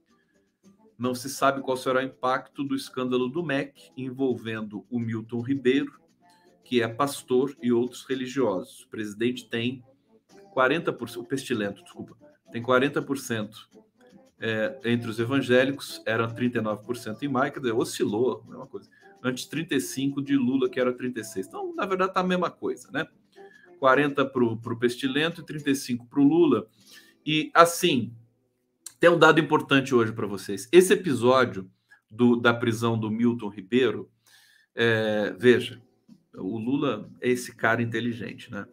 Não se sabe qual será o impacto do escândalo do M E C envolvendo o Milton Ribeiro, que é pastor, e outros religiosos. O presidente tem quarenta por cento, o Pestilento, desculpa, tem quarenta por cento é, entre os evangélicos, era trinta e nove por cento em Maia, quer dizer, oscilou, a mesma coisa. Antes trinta e cinco por cento de Lula, que era trinta e seis por cento. Então, na verdade, tá a mesma coisa, né? quarenta por cento para o Pestilento e trinta e cinco por cento para o Lula. E, assim, tem um dado importante hoje para vocês. Esse episódio do, da prisão do Milton Ribeiro, é, veja, o Lula é esse cara inteligente, né?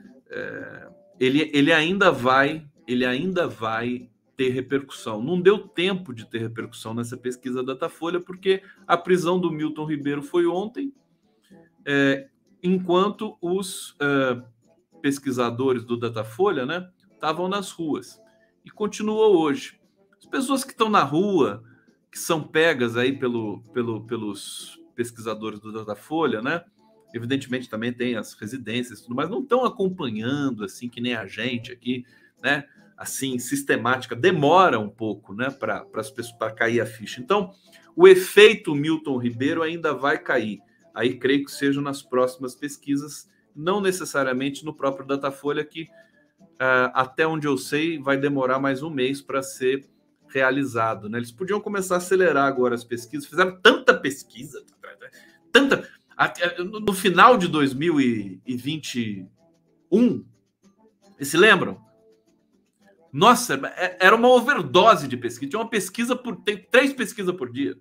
É, ele, ele ainda vai, ele ainda vai ter repercussão. Não deu tempo de ter repercussão nessa pesquisa Datafolha, porque a prisão do Milton Ribeiro foi ontem, é, enquanto os é, pesquisadores do Datafolha, né, estavam nas ruas. E continua hoje. As pessoas que estão na rua, que são pegas aí pelo, pelo, pelos pesquisadores do Datafolha, né? Evidentemente também tem as residências, tudo, mas não estão acompanhando assim que nem a gente aqui, né? Assim, sistemática, demora um pouco, né? Para as pessoas para cair a ficha. Então, o efeito Milton Ribeiro ainda vai cair. Aí creio que seja nas próximas pesquisas, não necessariamente no próprio Datafolha, que Uh, até onde eu sei, vai demorar mais um mês para ser realizado, né? Eles podiam começar a acelerar agora as pesquisas, fizeram tanta pesquisa, tanta... No final de dois mil e vinte e um, vocês se lembram? Nossa, era uma overdose de pesquisa, tinha uma pesquisa por... tem três pesquisas por dia.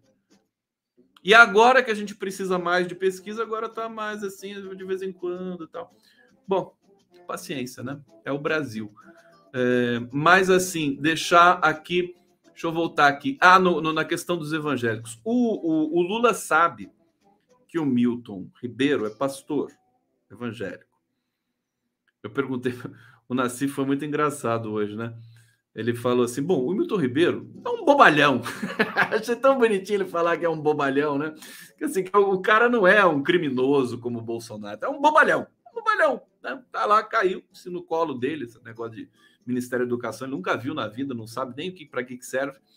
E agora que a gente precisa mais de pesquisa, agora tá mais assim, de vez em quando e tal. Bom, paciência, né? É o Brasil. É, mas, assim, deixar aqui... Deixa eu voltar aqui. Ah, no, no, na questão dos evangélicos. O, o, o Lula sabe que o Milton Ribeiro é pastor evangélico. Eu perguntei... O Nassif foi muito engraçado hoje, né? Ele falou assim, bom, o Milton Ribeiro é um bobalhão. Achei tão bonitinho ele falar que é um bobalhão, né? Que, assim, que o cara não é um criminoso como o Bolsonaro. É um bobalhão. Um bobalhão. Né? Tá lá, caiu se no colo dele, esse negócio de Ministério da Educação, ele nunca viu na vida, não sabe nem para que serve.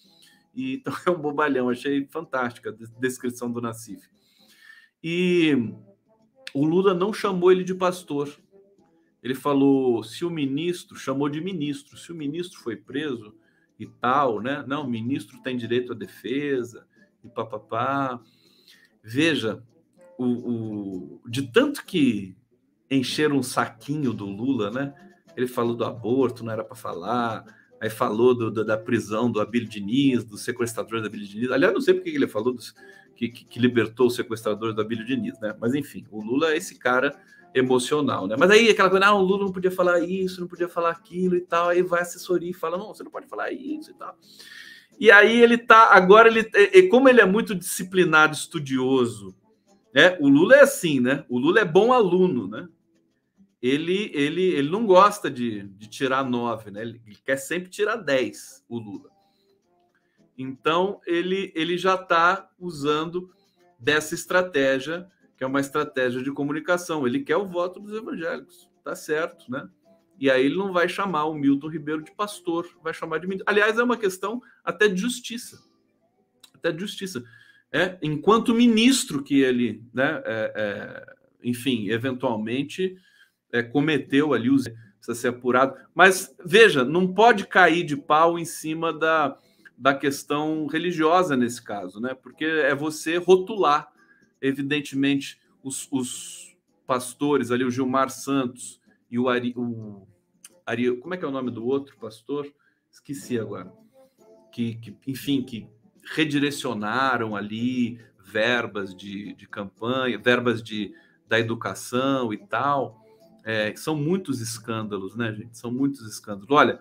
E, então é um bobalhão, achei fantástica a descrição do Nassif. E o Lula não chamou ele de pastor. Ele falou, se o ministro, chamou de ministro, se o ministro foi preso e tal, né? Não, o ministro tem direito à defesa e papapá. Veja, o, o, de tanto que encheram um saquinho do Lula, né? Ele falou do aborto, não era para falar, aí falou do, do, da prisão do Abílio Diniz, dos sequestradores do Abílio Diniz. Aliás, não sei porque ele falou dos, que, que, que libertou os sequestradores do Abílio Diniz, né? Mas enfim, o Lula é esse cara emocional, né? Mas aí aquela coisa, ah, o Lula não podia falar isso, não podia falar aquilo e tal, aí vai a assessoria e fala, não, você não pode falar isso e tal. E aí ele tá, agora ele, como ele é muito disciplinado, estudioso, né? O Lula é assim, né? O Lula é bom aluno, né? Ele, ele, ele não gosta de, de tirar nove, né? Ele quer sempre tirar dez, o Lula. Então, ele, ele já está usando dessa estratégia, que é uma estratégia de comunicação. Ele quer o voto dos evangélicos, tá certo, né? E aí ele não vai chamar o Milton Ribeiro de pastor, vai chamar de ministro. Aliás, é uma questão até de justiça. Até de justiça. É, enquanto ministro que ele, né, é, é, enfim, eventualmente... É, cometeu ali, precisa ser apurado. Mas, veja, não pode cair de pau em cima da, da questão religiosa nesse caso, né? Porque é você rotular, evidentemente, os, os pastores ali, o Gilmar Santos e o Ari, o Ari... Como é que é o nome do outro pastor? Esqueci agora. Que, que enfim, que redirecionaram ali verbas de, de campanha, verbas de, da educação e tal. É, são muitos escândalos, né, gente? São muitos escândalos. Olha,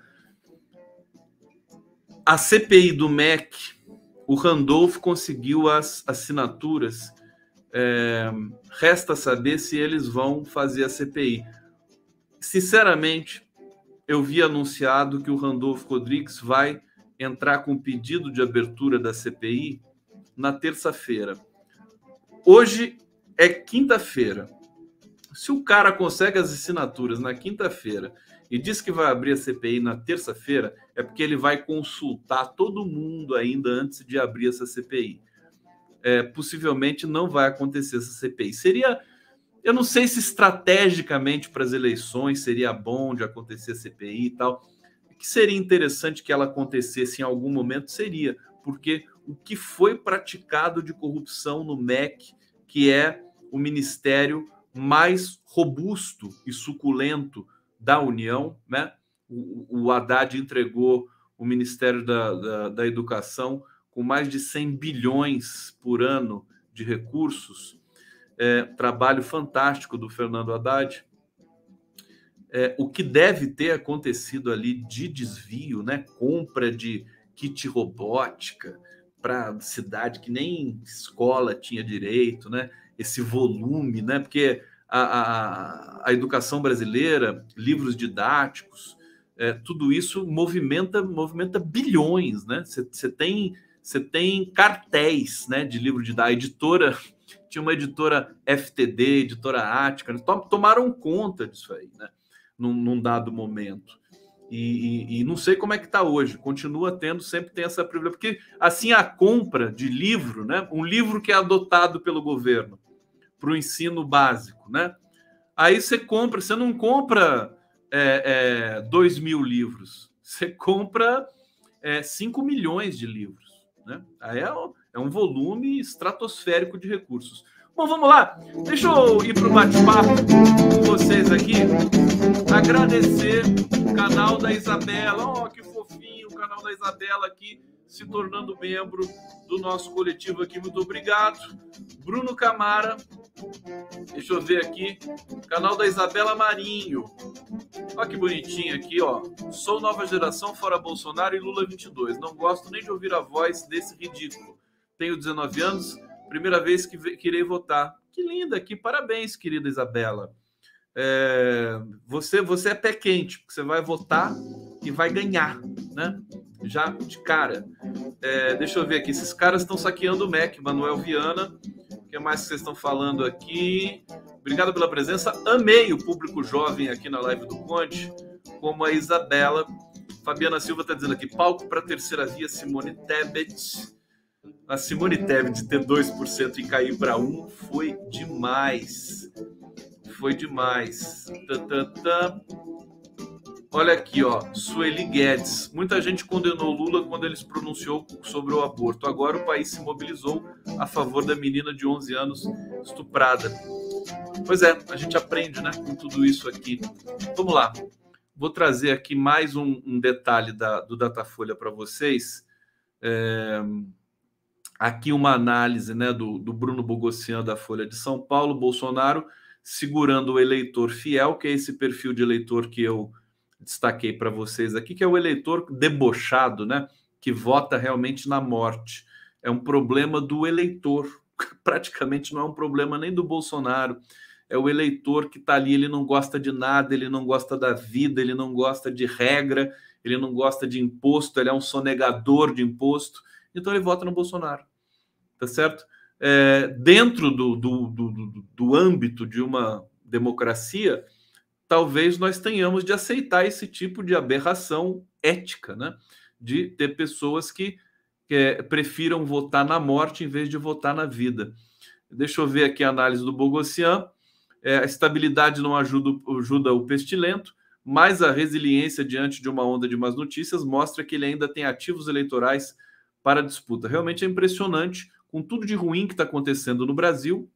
a C P I do M E C, o Randolph conseguiu as assinaturas. É, resta saber se eles vão fazer a C P I. Sinceramente, eu vi anunciado que o Randolph Rodrigues vai entrar com pedido de abertura da C P I na terça-feira. Hoje é quinta-feira. Se o cara consegue as assinaturas na quinta-feira e diz que vai abrir a C P I na terça-feira, é porque ele vai consultar todo mundo ainda antes de abrir essa C P I. É, possivelmente não vai acontecer essa C P I. Seria, eu não sei se estrategicamente para as eleições seria bom de acontecer a C P I e tal. O que seria interessante que ela acontecesse em algum momento seria, porque o que foi praticado de corrupção no M E C, que é o ministério mais robusto e suculento da União, né? O, o Haddad entregou o Ministério da, da, da Educação com mais de cem bilhões por ano de recursos. É, trabalho fantástico do Fernando Haddad. É, o que deve ter acontecido ali de desvio, né? Compra de kit robótica para cidade que nem escola tinha direito, né? Esse volume, né? Porque a, a, a educação brasileira, livros didáticos, é, tudo isso movimenta, movimenta bilhões, né? Você tem, você tem cartéis, né, de livro didático. A editora, tinha uma editora F T D, editora Ática, né? Tomaram conta disso aí, né? Num, num dado momento. E, e, e não sei como é que está hoje, continua tendo, sempre tem essa privilégio, porque assim a compra de livro, né? Um livro que é adotado pelo governo para o ensino básico, né? Aí você compra, você não compra é, é, dois mil livros, você compra é, cinco milhões de livros, né? Aí é, é um volume estratosférico de recursos. Bom, vamos lá, deixa eu ir para o bate-papo com vocês aqui, agradecer o canal da Isabela, ó, oh, que fofinho, o canal da Isabela aqui, se tornando membro do nosso coletivo aqui, muito obrigado. Bruno Camara, deixa eu ver aqui, canal da Isabela Marinho, olha que bonitinho aqui, ó. Sou nova geração, fora Bolsonaro e Lula vinte e dois, não gosto nem de ouvir a voz desse ridículo. Tenho dezenove anos, primeira vez que, que irei votar. Que linda aqui, parabéns, querida Isabela. É, você, você é pé quente, porque você vai votar e vai ganhar, né? Já de cara. É, deixa eu ver aqui, esses caras estão saqueando o M E C, Manuel Viana. O que mais que vocês estão falando aqui? Obrigado pela presença. Amei o público jovem aqui na live do Conde, como a Isabela, Fabiana Silva está dizendo aqui, palco para a terceira via, Simone Tebet. A Simone Tebet ter dois por cento e cair para um foi demais. Foi demais. Tá, tá, tá. Olha aqui, ó, Sueli Guedes. Muita gente condenou Lula quando ele se pronunciou sobre o aborto. Agora o país se mobilizou a favor da menina de onze anos estuprada. Pois é, a gente aprende, né, com tudo isso aqui. Vamos lá. Vou trazer aqui mais um, um detalhe da, do Datafolha para vocês. É, aqui uma análise, né, do, do Bruno Bogossian, da Folha de São Paulo. Bolsonaro segurando o eleitor fiel, que é esse perfil de eleitor que eu destaquei para vocês aqui, que é o eleitor debochado, né, que vota realmente na morte. É um problema do eleitor, praticamente não é um problema nem do Bolsonaro. É o eleitor que está ali, ele não gosta de nada, ele não gosta da vida, ele não gosta de regra, ele não gosta de imposto, ele é um sonegador de imposto, então ele vota no Bolsonaro, tá certo? É, dentro do, do, do, do âmbito de uma democracia, talvez nós tenhamos de aceitar esse tipo de aberração ética, né? De ter pessoas que, que é, prefiram votar na morte em vez de votar na vida. Deixa eu ver aqui a análise do Bogossian. É, a estabilidade não ajuda, ajuda o pestilento, mas a resiliência diante de uma onda de más notícias mostra que ele ainda tem ativos eleitorais para a disputa. Realmente é impressionante, com tudo de ruim que está acontecendo no Brasil,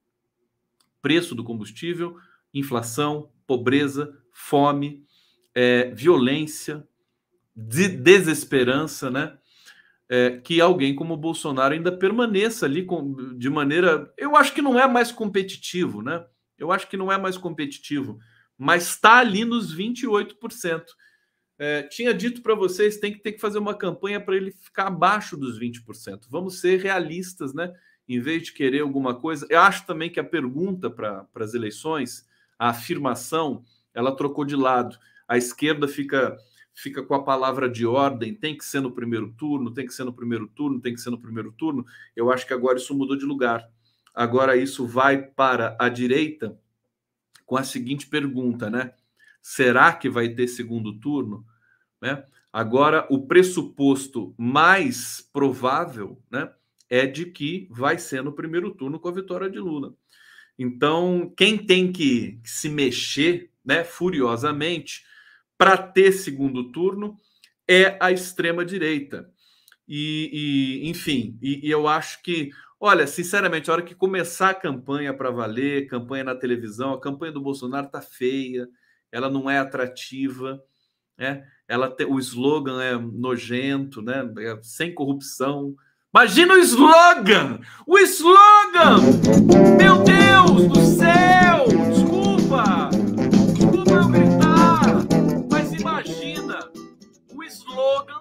preço do combustível, inflação, pobreza, fome, é, violência, de desesperança, né? É, que alguém como o Bolsonaro ainda permaneça ali com, de maneira... Eu acho que não é mais competitivo, né? Eu acho que não é mais competitivo, mas está ali nos vinte e oito por cento. É, tinha dito para vocês, tem que ter que fazer uma campanha para ele ficar abaixo dos vinte por cento. Vamos ser realistas, né? Em vez de querer alguma coisa. Eu acho também que a pergunta para as eleições, a afirmação, ela trocou de lado. A esquerda fica, fica com a palavra de ordem, tem que ser no primeiro turno, tem que ser no primeiro turno, tem que ser no primeiro turno. Eu acho que agora isso mudou de lugar. Agora isso vai para a direita com a seguinte pergunta, né? Será que vai ter segundo turno? Né? Agora, o pressuposto mais provável, né, é de que vai ser no primeiro turno com a vitória de Lula. Então, quem tem que se mexer, né, furiosamente para ter segundo turno é a extrema-direita. E, e, enfim, e, e eu acho que, olha, sinceramente, a hora que começar a campanha para valer, campanha na televisão, a campanha do Bolsonaro tá feia, ela não é atrativa, né? Ela tem, o slogan é nojento, né? É sem corrupção. Imagina o slogan! O slogan! Meu Deus do céu! Desculpa! Desculpa eu gritar! Mas imagina o slogan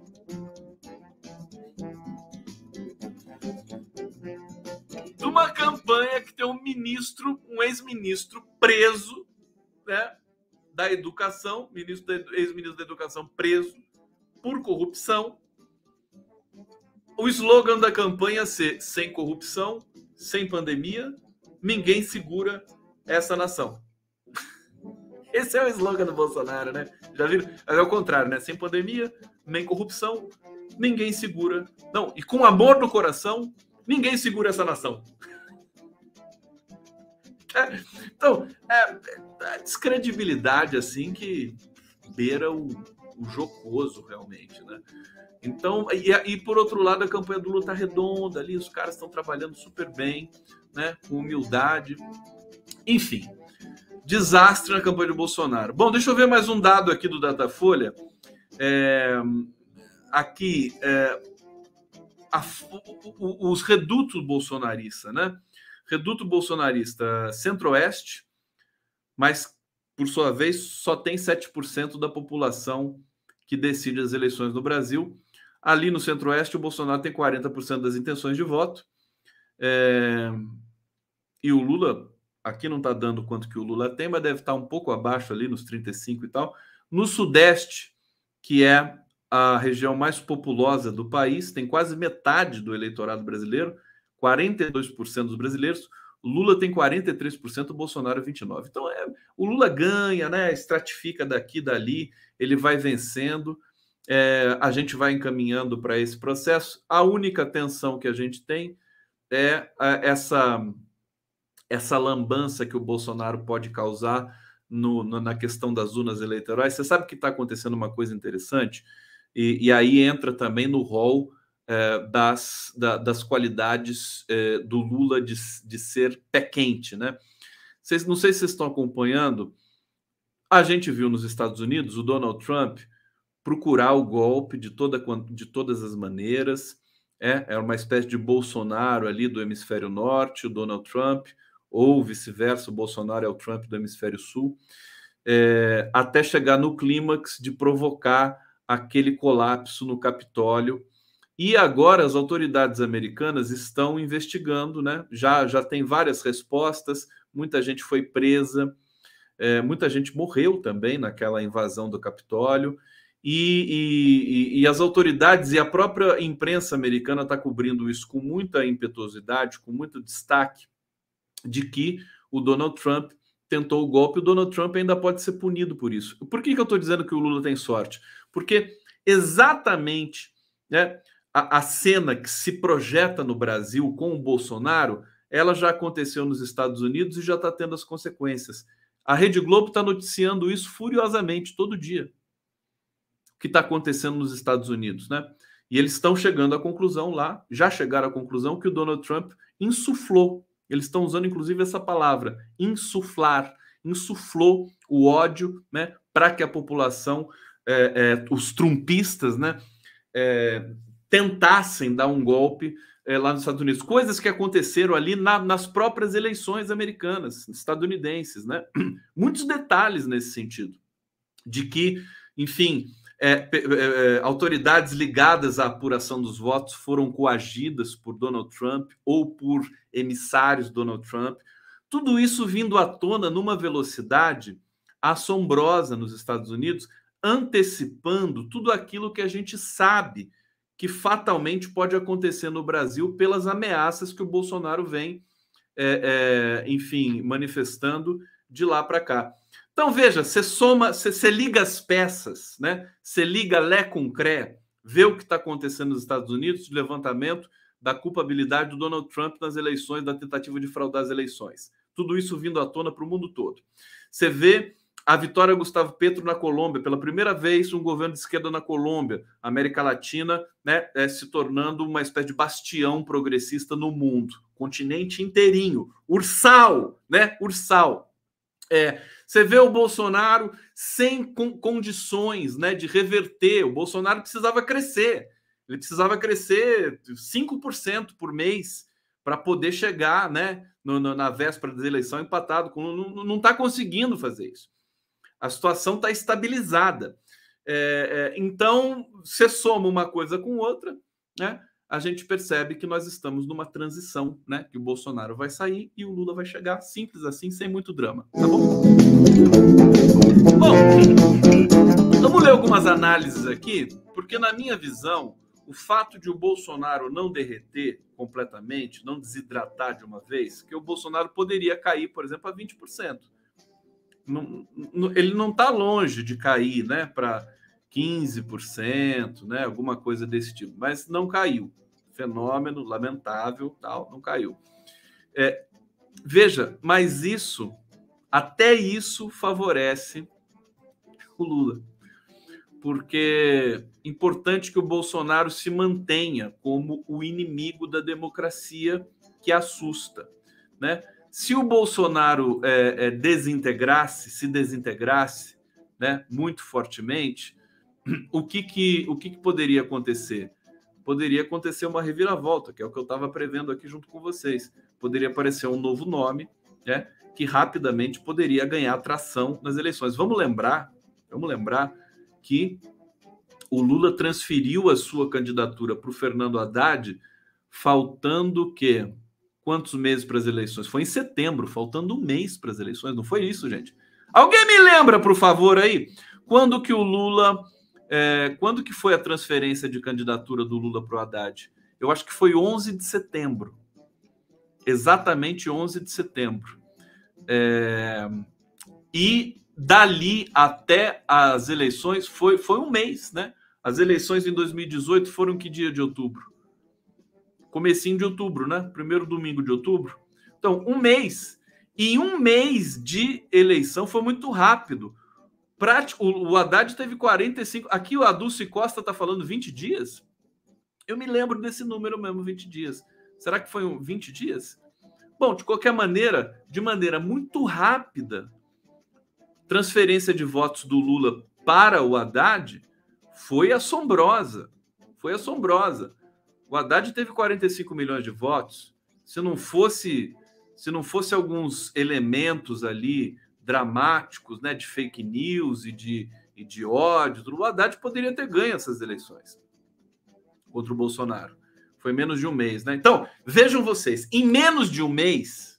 de uma campanha que tem um ministro, um ex-ministro preso, né, da educação, ministro da, ex-ministro da educação preso por corrupção. O slogan da campanha ser sem corrupção, sem pandemia, ninguém segura essa nação. Esse é o slogan do Bolsonaro, né? Já viram? É o contrário, né? Sem pandemia, nem corrupção, ninguém segura. Não, e com amor no coração, ninguém segura essa nação. É, então, é, é a descredibilidade assim que beira o, o jocoso realmente, né? Então, e, e por outro lado, a campanha do Lula tá redonda ali, os caras estão trabalhando super bem, né? Com humildade. Enfim, desastre na campanha do Bolsonaro. Bom, deixa eu ver mais um dado aqui do Datafolha. É, aqui, é, a, o, o, os redutos bolsonaristas, né? Reduto bolsonarista Centro-Oeste, mas, por sua vez, só tem sete por cento da população que decide as eleições no Brasil. Ali no Centro-Oeste, o Bolsonaro tem quarenta por cento das intenções de voto. É... E o Lula, aqui não está dando quanto que o Lula tem, mas deve estar um pouco abaixo ali, nos trinta e cinco e tal. No Sudeste, que é a região mais populosa do país, tem quase metade do eleitorado brasileiro, quarenta e dois por cento dos brasileiros, Lula tem quarenta e três por cento, o Bolsonaro vinte e nove por cento. Então, é, o Lula ganha, né? Estratifica daqui, dali, ele vai vencendo. É, a gente vai encaminhando para esse processo. A única tensão que a gente tem é essa, essa lambança que o Bolsonaro pode causar no, no, na questão das urnas eleitorais. Você sabe que está acontecendo uma coisa interessante, e, e aí entra também no rol é, das, da, das qualidades é, do Lula de, de ser pé quente, né? Vocês, não sei se vocês estão acompanhando, a gente viu nos Estados Unidos o Donald Trump procurar o golpe de, toda, de todas as maneiras. É, é uma espécie de Bolsonaro ali do hemisfério norte, o Donald Trump, ou vice-versa, o Bolsonaro é o Trump do hemisfério sul, é, até chegar no clímax de provocar aquele colapso no Capitólio. E agora as autoridades americanas estão investigando, né? Já, já tem várias respostas, muita gente foi presa, é, muita gente morreu também naquela invasão do Capitólio. E, e, e as autoridades e a própria imprensa americana está cobrindo isso com muita impetuosidade, com muito destaque, de que o Donald Trump tentou o golpe. O Donald Trump ainda pode ser punido por isso. Por que, que eu estou dizendo que o Lula tem sorte? Porque exatamente, né, a, a cena que se projeta no Brasil com o Bolsonaro, ela já aconteceu nos Estados Unidos e já está tendo as consequências. A Rede Globo está noticiando isso furiosamente todo dia, que está acontecendo nos Estados Unidos, né? E eles estão chegando à conclusão lá, já chegaram à conclusão que o Donald Trump insuflou, eles estão usando inclusive essa palavra, insuflar, insuflou o ódio, né, para que a população, é, é, os trumpistas, né, é, tentassem dar um golpe é, lá nos Estados Unidos. Coisas que aconteceram ali na, nas próprias eleições americanas, estadunidenses, né? Muitos detalhes nesse sentido, de que, enfim... É, é, é, autoridades ligadas à apuração dos votos foram coagidas por Donald Trump ou por emissários de Donald Trump. Tudo isso vindo à tona numa velocidade assombrosa nos Estados Unidos, antecipando tudo aquilo que a gente sabe que fatalmente pode acontecer no Brasil pelas ameaças que o Bolsonaro vem, é, é, enfim, manifestando de lá para cá. Então, veja, você soma, você, você liga as peças, né? Você liga Lé com Cré, vê o que está acontecendo nos Estados Unidos, de levantamento da culpabilidade do Donald Trump nas eleições, da tentativa de fraudar as eleições. Tudo isso vindo à tona para o mundo todo. Você vê a vitória de Gustavo Petro na Colômbia, pela primeira vez um governo de esquerda na Colômbia, América Latina, né, é, se tornando uma espécie de bastião progressista no mundo, continente inteirinho, ursal, né, ursal. É, você vê o Bolsonaro sem con- condições, né, de reverter. O Bolsonaro precisava crescer. Ele precisava crescer cinco por cento por mês para poder chegar, né, no, no, na véspera da eleição empatado. Com, não está conseguindo fazer isso. A situação está estabilizada. É, é, então, você soma uma coisa com outra, né? A gente percebe que nós estamos numa transição, né? Que o Bolsonaro vai sair e o Lula vai chegar, simples assim, sem muito drama, tá bom? Bom, vamos ler algumas análises aqui, porque na minha visão, o fato de o Bolsonaro não derreter completamente, não desidratar de uma vez, que o Bolsonaro poderia cair, por exemplo, a vinte por cento. Não, não, ele não está longe de cair, né, para quinze por cento, né, alguma coisa desse tipo, mas não caiu. Fenômeno lamentável, tal, não caiu. É, veja, mas isso, até isso favorece o Lula, porque é importante que o Bolsonaro se mantenha como o inimigo da democracia que assusta, né? Se o Bolsonaro é, é, desintegrasse, se desintegrasse, né, muito fortemente, o que que, o que que poderia acontecer? Poderia acontecer uma reviravolta, que é o que eu estava prevendo aqui junto com vocês. Poderia aparecer um novo nome, né, que rapidamente poderia ganhar tração nas eleições. Vamos lembrar, vamos lembrar que o Lula transferiu a sua candidatura para o Fernando Haddad, faltando o quê? Quantos meses para as eleições? Foi em setembro, faltando um mês para as eleições. Não foi isso, gente? Alguém me lembra, por favor, aí? Quando que o Lula... É, quando que foi a transferência de candidatura do Lula para o Haddad? Eu acho que foi onze de setembro. Exatamente onze de setembro. É, e dali até as eleições foi, foi um mês, né? As eleições em dois mil e dezoito foram que dia de outubro? Comecinho de outubro, né? Primeiro domingo de outubro. Então, um mês. E um mês de eleição foi muito rápido. Prático, o Haddad teve quarenta e cinco... Aqui o Adulce Costa está falando vinte dias? Eu me lembro desse número mesmo, vinte dias. Será que foi um vinte dias? Bom, de qualquer maneira, de maneira muito rápida, transferência de votos do Lula para o Haddad foi assombrosa. Foi assombrosa. O Haddad teve quarenta e cinco milhões de votos. Se não fosse, se não fosse alguns elementos ali dramáticos, né, de fake news e de, e de ódio, o Haddad poderia ter ganho essas eleições contra o Bolsonaro. Foi menos de um mês, né? Então, vejam vocês, em menos de um mês,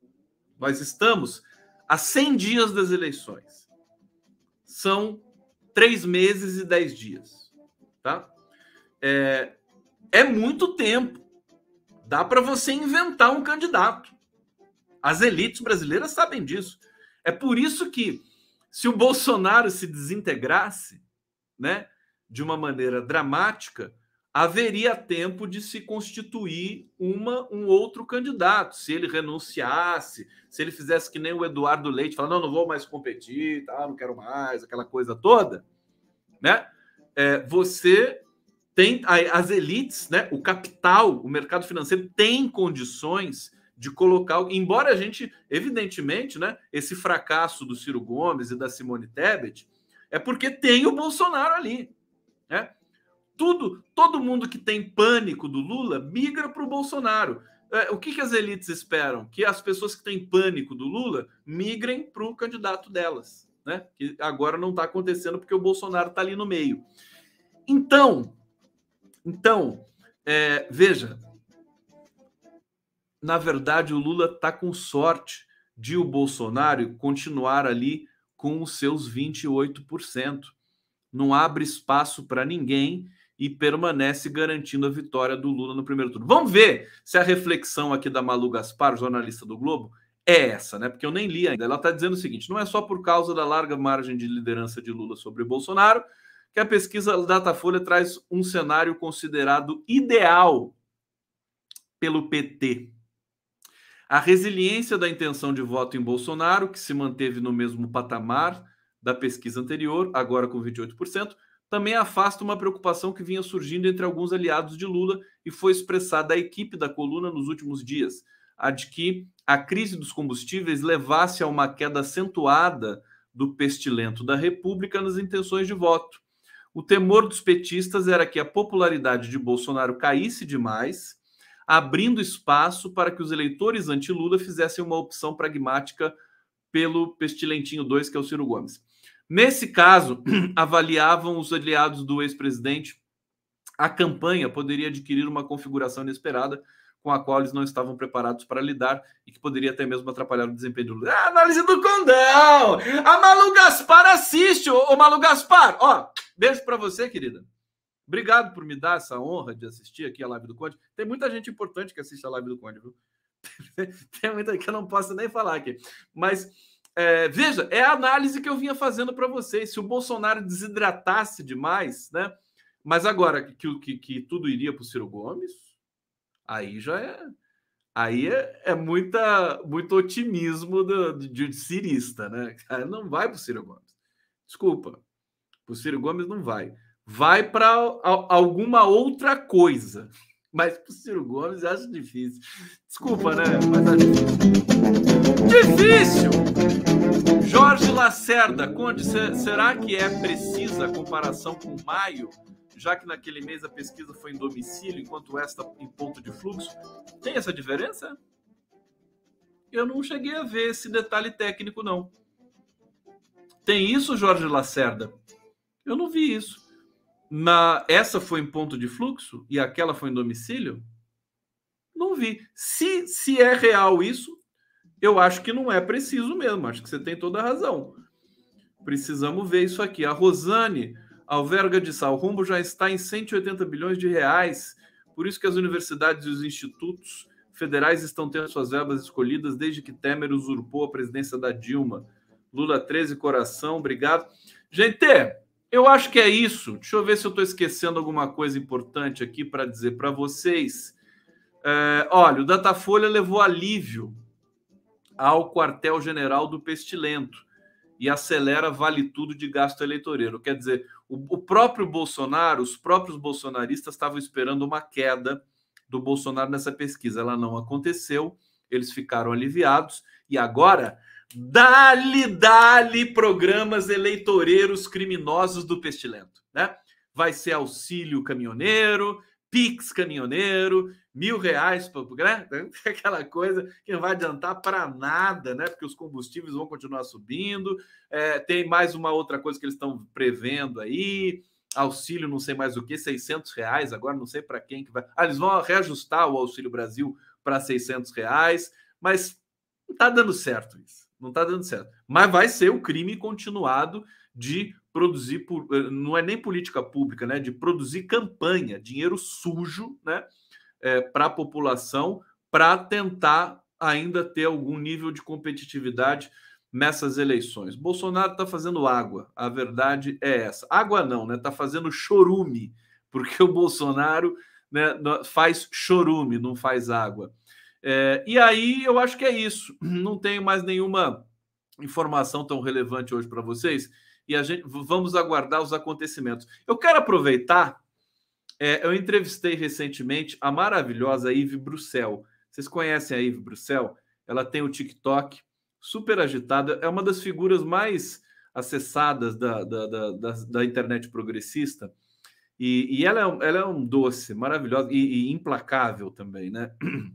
nós estamos a cem dias das eleições. São três meses e dez dias, tá? É, é muito tempo. Dá para você inventar um candidato. As elites brasileiras sabem disso. É por isso que, se o Bolsonaro se desintegrasse, né, de uma maneira dramática, haveria tempo de se constituir uma, um outro candidato. Se ele renunciasse, se ele fizesse que nem o Eduardo Leite, falar, não, não vou mais competir, tá, não quero mais, aquela coisa toda, né? É, você tem as elites, né? O capital, o mercado financeiro tem condições de colocar, embora a gente, evidentemente, né, esse fracasso do Ciro Gomes e da Simone Tebet é porque tem o Bolsonaro ali, né? Tudo, todo mundo que tem pânico do Lula migra para o Bolsonaro. É, o que, que as elites esperam? Que as pessoas que têm pânico do Lula migrem para o candidato delas, né? Que agora não está acontecendo porque o Bolsonaro está ali no meio. Então, então é, veja, na verdade o Lula está com sorte de o Bolsonaro continuar ali com os seus vinte e oito por cento. Não abre espaço para ninguém e permanece garantindo a vitória do Lula no primeiro turno. Vamos ver se a reflexão aqui da Malu Gaspar, jornalista do Globo, é essa, né? Porque eu nem li ainda. Ela está dizendo o seguinte, não é só por causa da larga margem de liderança de Lula sobre Bolsonaro que a pesquisa Datafolha traz um cenário considerado ideal pelo P T. A resiliência da intenção de voto em Bolsonaro, que se manteve no mesmo patamar da pesquisa anterior, agora com vinte e oito por cento, também afasta uma preocupação que vinha surgindo entre alguns aliados de Lula e foi expressada à equipe da coluna nos últimos dias, a de que a crise dos combustíveis levasse a uma queda acentuada do pestilento da República nas intenções de voto. O temor dos petistas era que a popularidade de Bolsonaro caísse demais, abrindo espaço para que os eleitores anti-Lula fizessem uma opção pragmática pelo pestilentinho dois, que é o Ciro Gomes. Nesse caso, avaliavam os aliados do ex-presidente, a campanha poderia adquirir uma configuração inesperada com a qual eles não estavam preparados para lidar e que poderia até mesmo atrapalhar o desempenho do Lula. Ah, análise do Condão! A Malu Gaspar assiste! Ô, ô Malu Gaspar, ó, beijo para você, querida. Obrigado por me dar essa honra de assistir aqui a live do Conde. Tem muita gente importante que assiste a live do Conde, viu? Tem muita que eu não posso nem falar aqui. Mas... É, veja, é a análise que eu vinha fazendo para vocês. Se o Bolsonaro desidratasse demais, né? Mas agora que, que, que tudo iria para o Ciro Gomes, aí já é. Aí é, é muita, muito otimismo do, de, de cirista, né? Não vai para o Ciro Gomes. Desculpa. Para o Ciro Gomes não vai. Vai para alguma outra coisa. Mas para o Ciro Gomes eu acho difícil. Desculpa, né? Mas acho difícil. Jorge Lacerda, Conde, será que é precisa a comparação com maio, já que naquele mês a pesquisa foi em domicílio, enquanto esta em ponto de fluxo? Tem essa diferença? Eu não cheguei a ver esse detalhe técnico, não. Tem isso, Jorge Lacerda? Eu não vi isso. Na, essa foi em ponto de fluxo e aquela foi em domicílio? Não vi. Se, se é real isso, eu acho que não é preciso mesmo. Acho que você tem toda a razão. Precisamos ver isso aqui. A Rosane Alverga de Sal, o rombo já está em cento e oitenta bilhões de reais. Por isso que as universidades e os institutos federais estão tendo suas verbas escolhidas desde que Temer usurpou a presidência da Dilma. Lula treze, coração, obrigado. Gente, eu acho que é isso. Deixa eu ver se eu estou esquecendo alguma coisa importante aqui para dizer para vocês. É, olha, o Datafolha levou alívio ao quartel-general do Pestilento e acelera vale tudo de gasto eleitoreiro. Quer dizer, o, o próprio Bolsonaro, os próprios bolsonaristas estavam esperando uma queda do Bolsonaro nessa pesquisa. Ela não aconteceu, eles ficaram aliviados e agora dá-lhe, dá-lhe programas eleitoreiros criminosos do Pestilento, né? Vai ser auxílio caminhoneiro, Pix caminhoneiro, mil reais, né? Aquela coisa que não vai adiantar para nada, né? Porque os combustíveis vão continuar subindo. É, tem mais uma outra coisa que eles estão prevendo aí, auxílio não sei mais o que, seiscentos reais, agora não sei para quem que vai... Ah, eles vão reajustar o Auxílio Brasil para seiscentos reais, mas não está dando certo isso, não está dando certo. Mas vai ser o crime continuado de produzir, não é nem política pública, né? De produzir campanha, dinheiro sujo, né? É, para a população, para tentar ainda ter algum nível de competitividade nessas eleições. Bolsonaro está fazendo água, a verdade é essa. Água não, né? Está fazendo chorume, porque o Bolsonaro, né, faz chorume, não faz água. É, e aí eu acho que é isso. Não tenho mais nenhuma informação tão relevante hoje para vocês e a gente vamos aguardar os acontecimentos. Eu quero aproveitar, é, eu entrevistei recentemente a maravilhosa Yves Bruxelles. Vocês conhecem a Yves Bruxelles? Ela tem o TikTok, super agitada, é uma das figuras mais acessadas da, da, da, da, da internet progressista e, e ela, é, ela é um doce, maravilhosa e, e implacável também, né?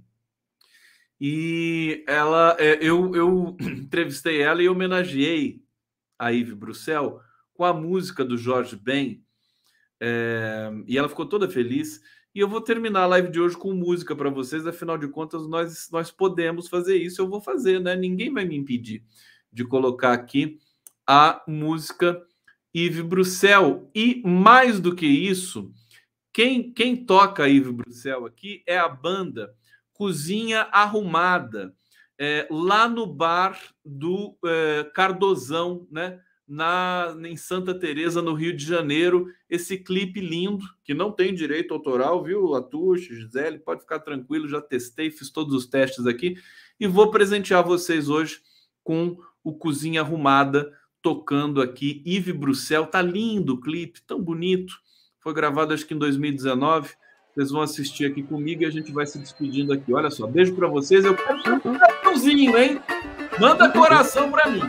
E ela, eu, eu entrevistei ela e homenageei a Yves Bruxelles com a música do Jorge Ben, é, e ela ficou toda feliz. E eu vou terminar a live de hoje com música para vocês, afinal de contas, nós, nós podemos fazer isso, eu vou fazer, né? Ninguém vai me impedir de colocar aqui a música Yves Bruxelles. E mais do que isso, quem, quem toca Yves Bruxelles aqui é a banda Cozinha Arrumada, é, lá no bar do é, Cardozão, né? Na, em Santa Teresa, no Rio de Janeiro, esse clipe lindo, que não tem direito autoral, viu, Atush, Gisele, pode ficar tranquilo, já testei, fiz todos os testes aqui, e vou presentear vocês hoje com o Cozinha Arrumada, tocando aqui, Yves Bruxelles, tá lindo o clipe, tão bonito, foi gravado acho que em dois mil e dezenove, vocês vão assistir aqui comigo e a gente vai se despedindo aqui, olha só, beijo para vocês, eu quero um coraçãozinho, hein, manda coração para mim.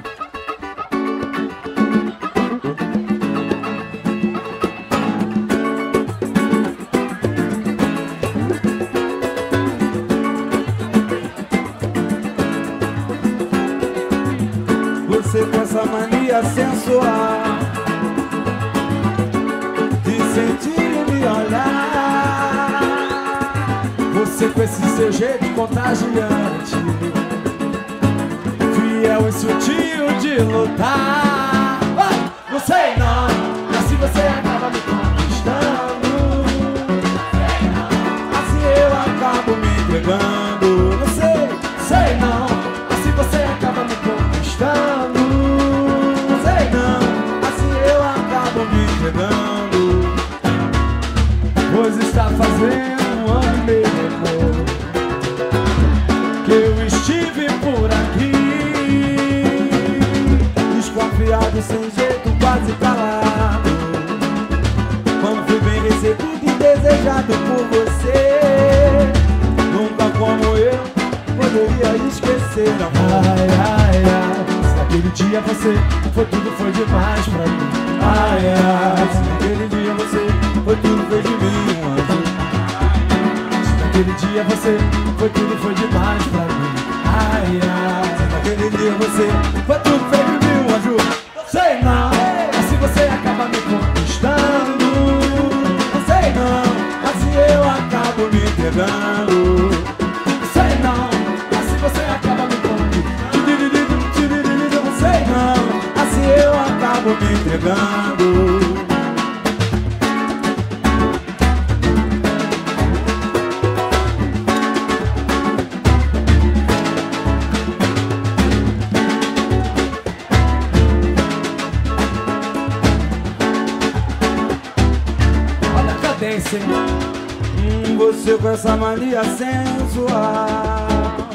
Você com essa mania sensual de sentir e me olhar, você com esse seu jeito contagiante, fiel e sutil de lutar. Oh, não sei não, assim você acaba me conquistando, assim eu acabo me entregando. Não sei, sei não, assim você acaba me conquistando. Pois está fazendo um ano e meio, amor, que eu estive por aqui, desconfiado, sem jeito, quase calado, quando fui bem recebido e desejado por você. Nunca como eu poderia esquecer, amor. Ai, ai, ai, se naquele dia você foi tudo, foi demais pra mim. Ai, ai, se naquele dia você foi tudo, fez de mim um anjo. Se naquele dia você foi tudo, foi demais pra mim. Ai, ai, se naquele dia você foi tudo, fez de mim um anjo. Sei não, assim você acaba me conquistando. Não sei não, assim eu acabo me entregando. Sei não, assim você acaba me conquistando. Não sei não, assim eu acabo me entregando. disse, hum, você com essa mania sensual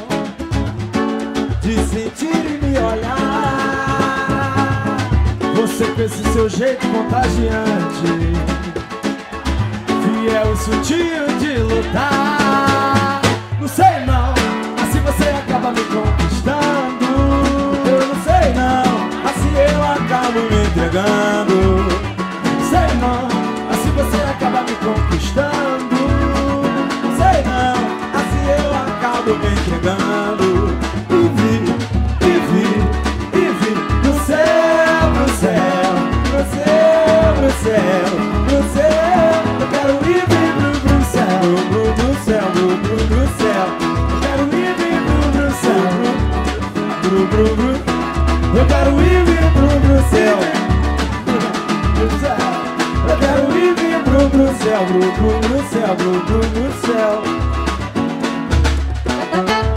de sentir e me olhar, você com esse seu jeito contagiante, fiel e sutil de lutar. Não sei não, assim você acaba me conquistando. Eu não sei não, assim eu acabo me entregando. Não sei não, assim você acaba me conquistando. Não sei não, assim eu acabo me entregando. E vi, e vi, e vi do céu, pro céu, pro céu, pro céu, pro céu. Eu quero ir vir pro, pro céu, pro, pro céu, pro, pro, pro céu. Eu quero ir vir pro, pro céu, pro, pro, pro. Eu quero ir vir pro, pro céu, pro céu. Eu quero ir vir pro, pro céu, pro, pro, pro céu, pro, pro, pro céu.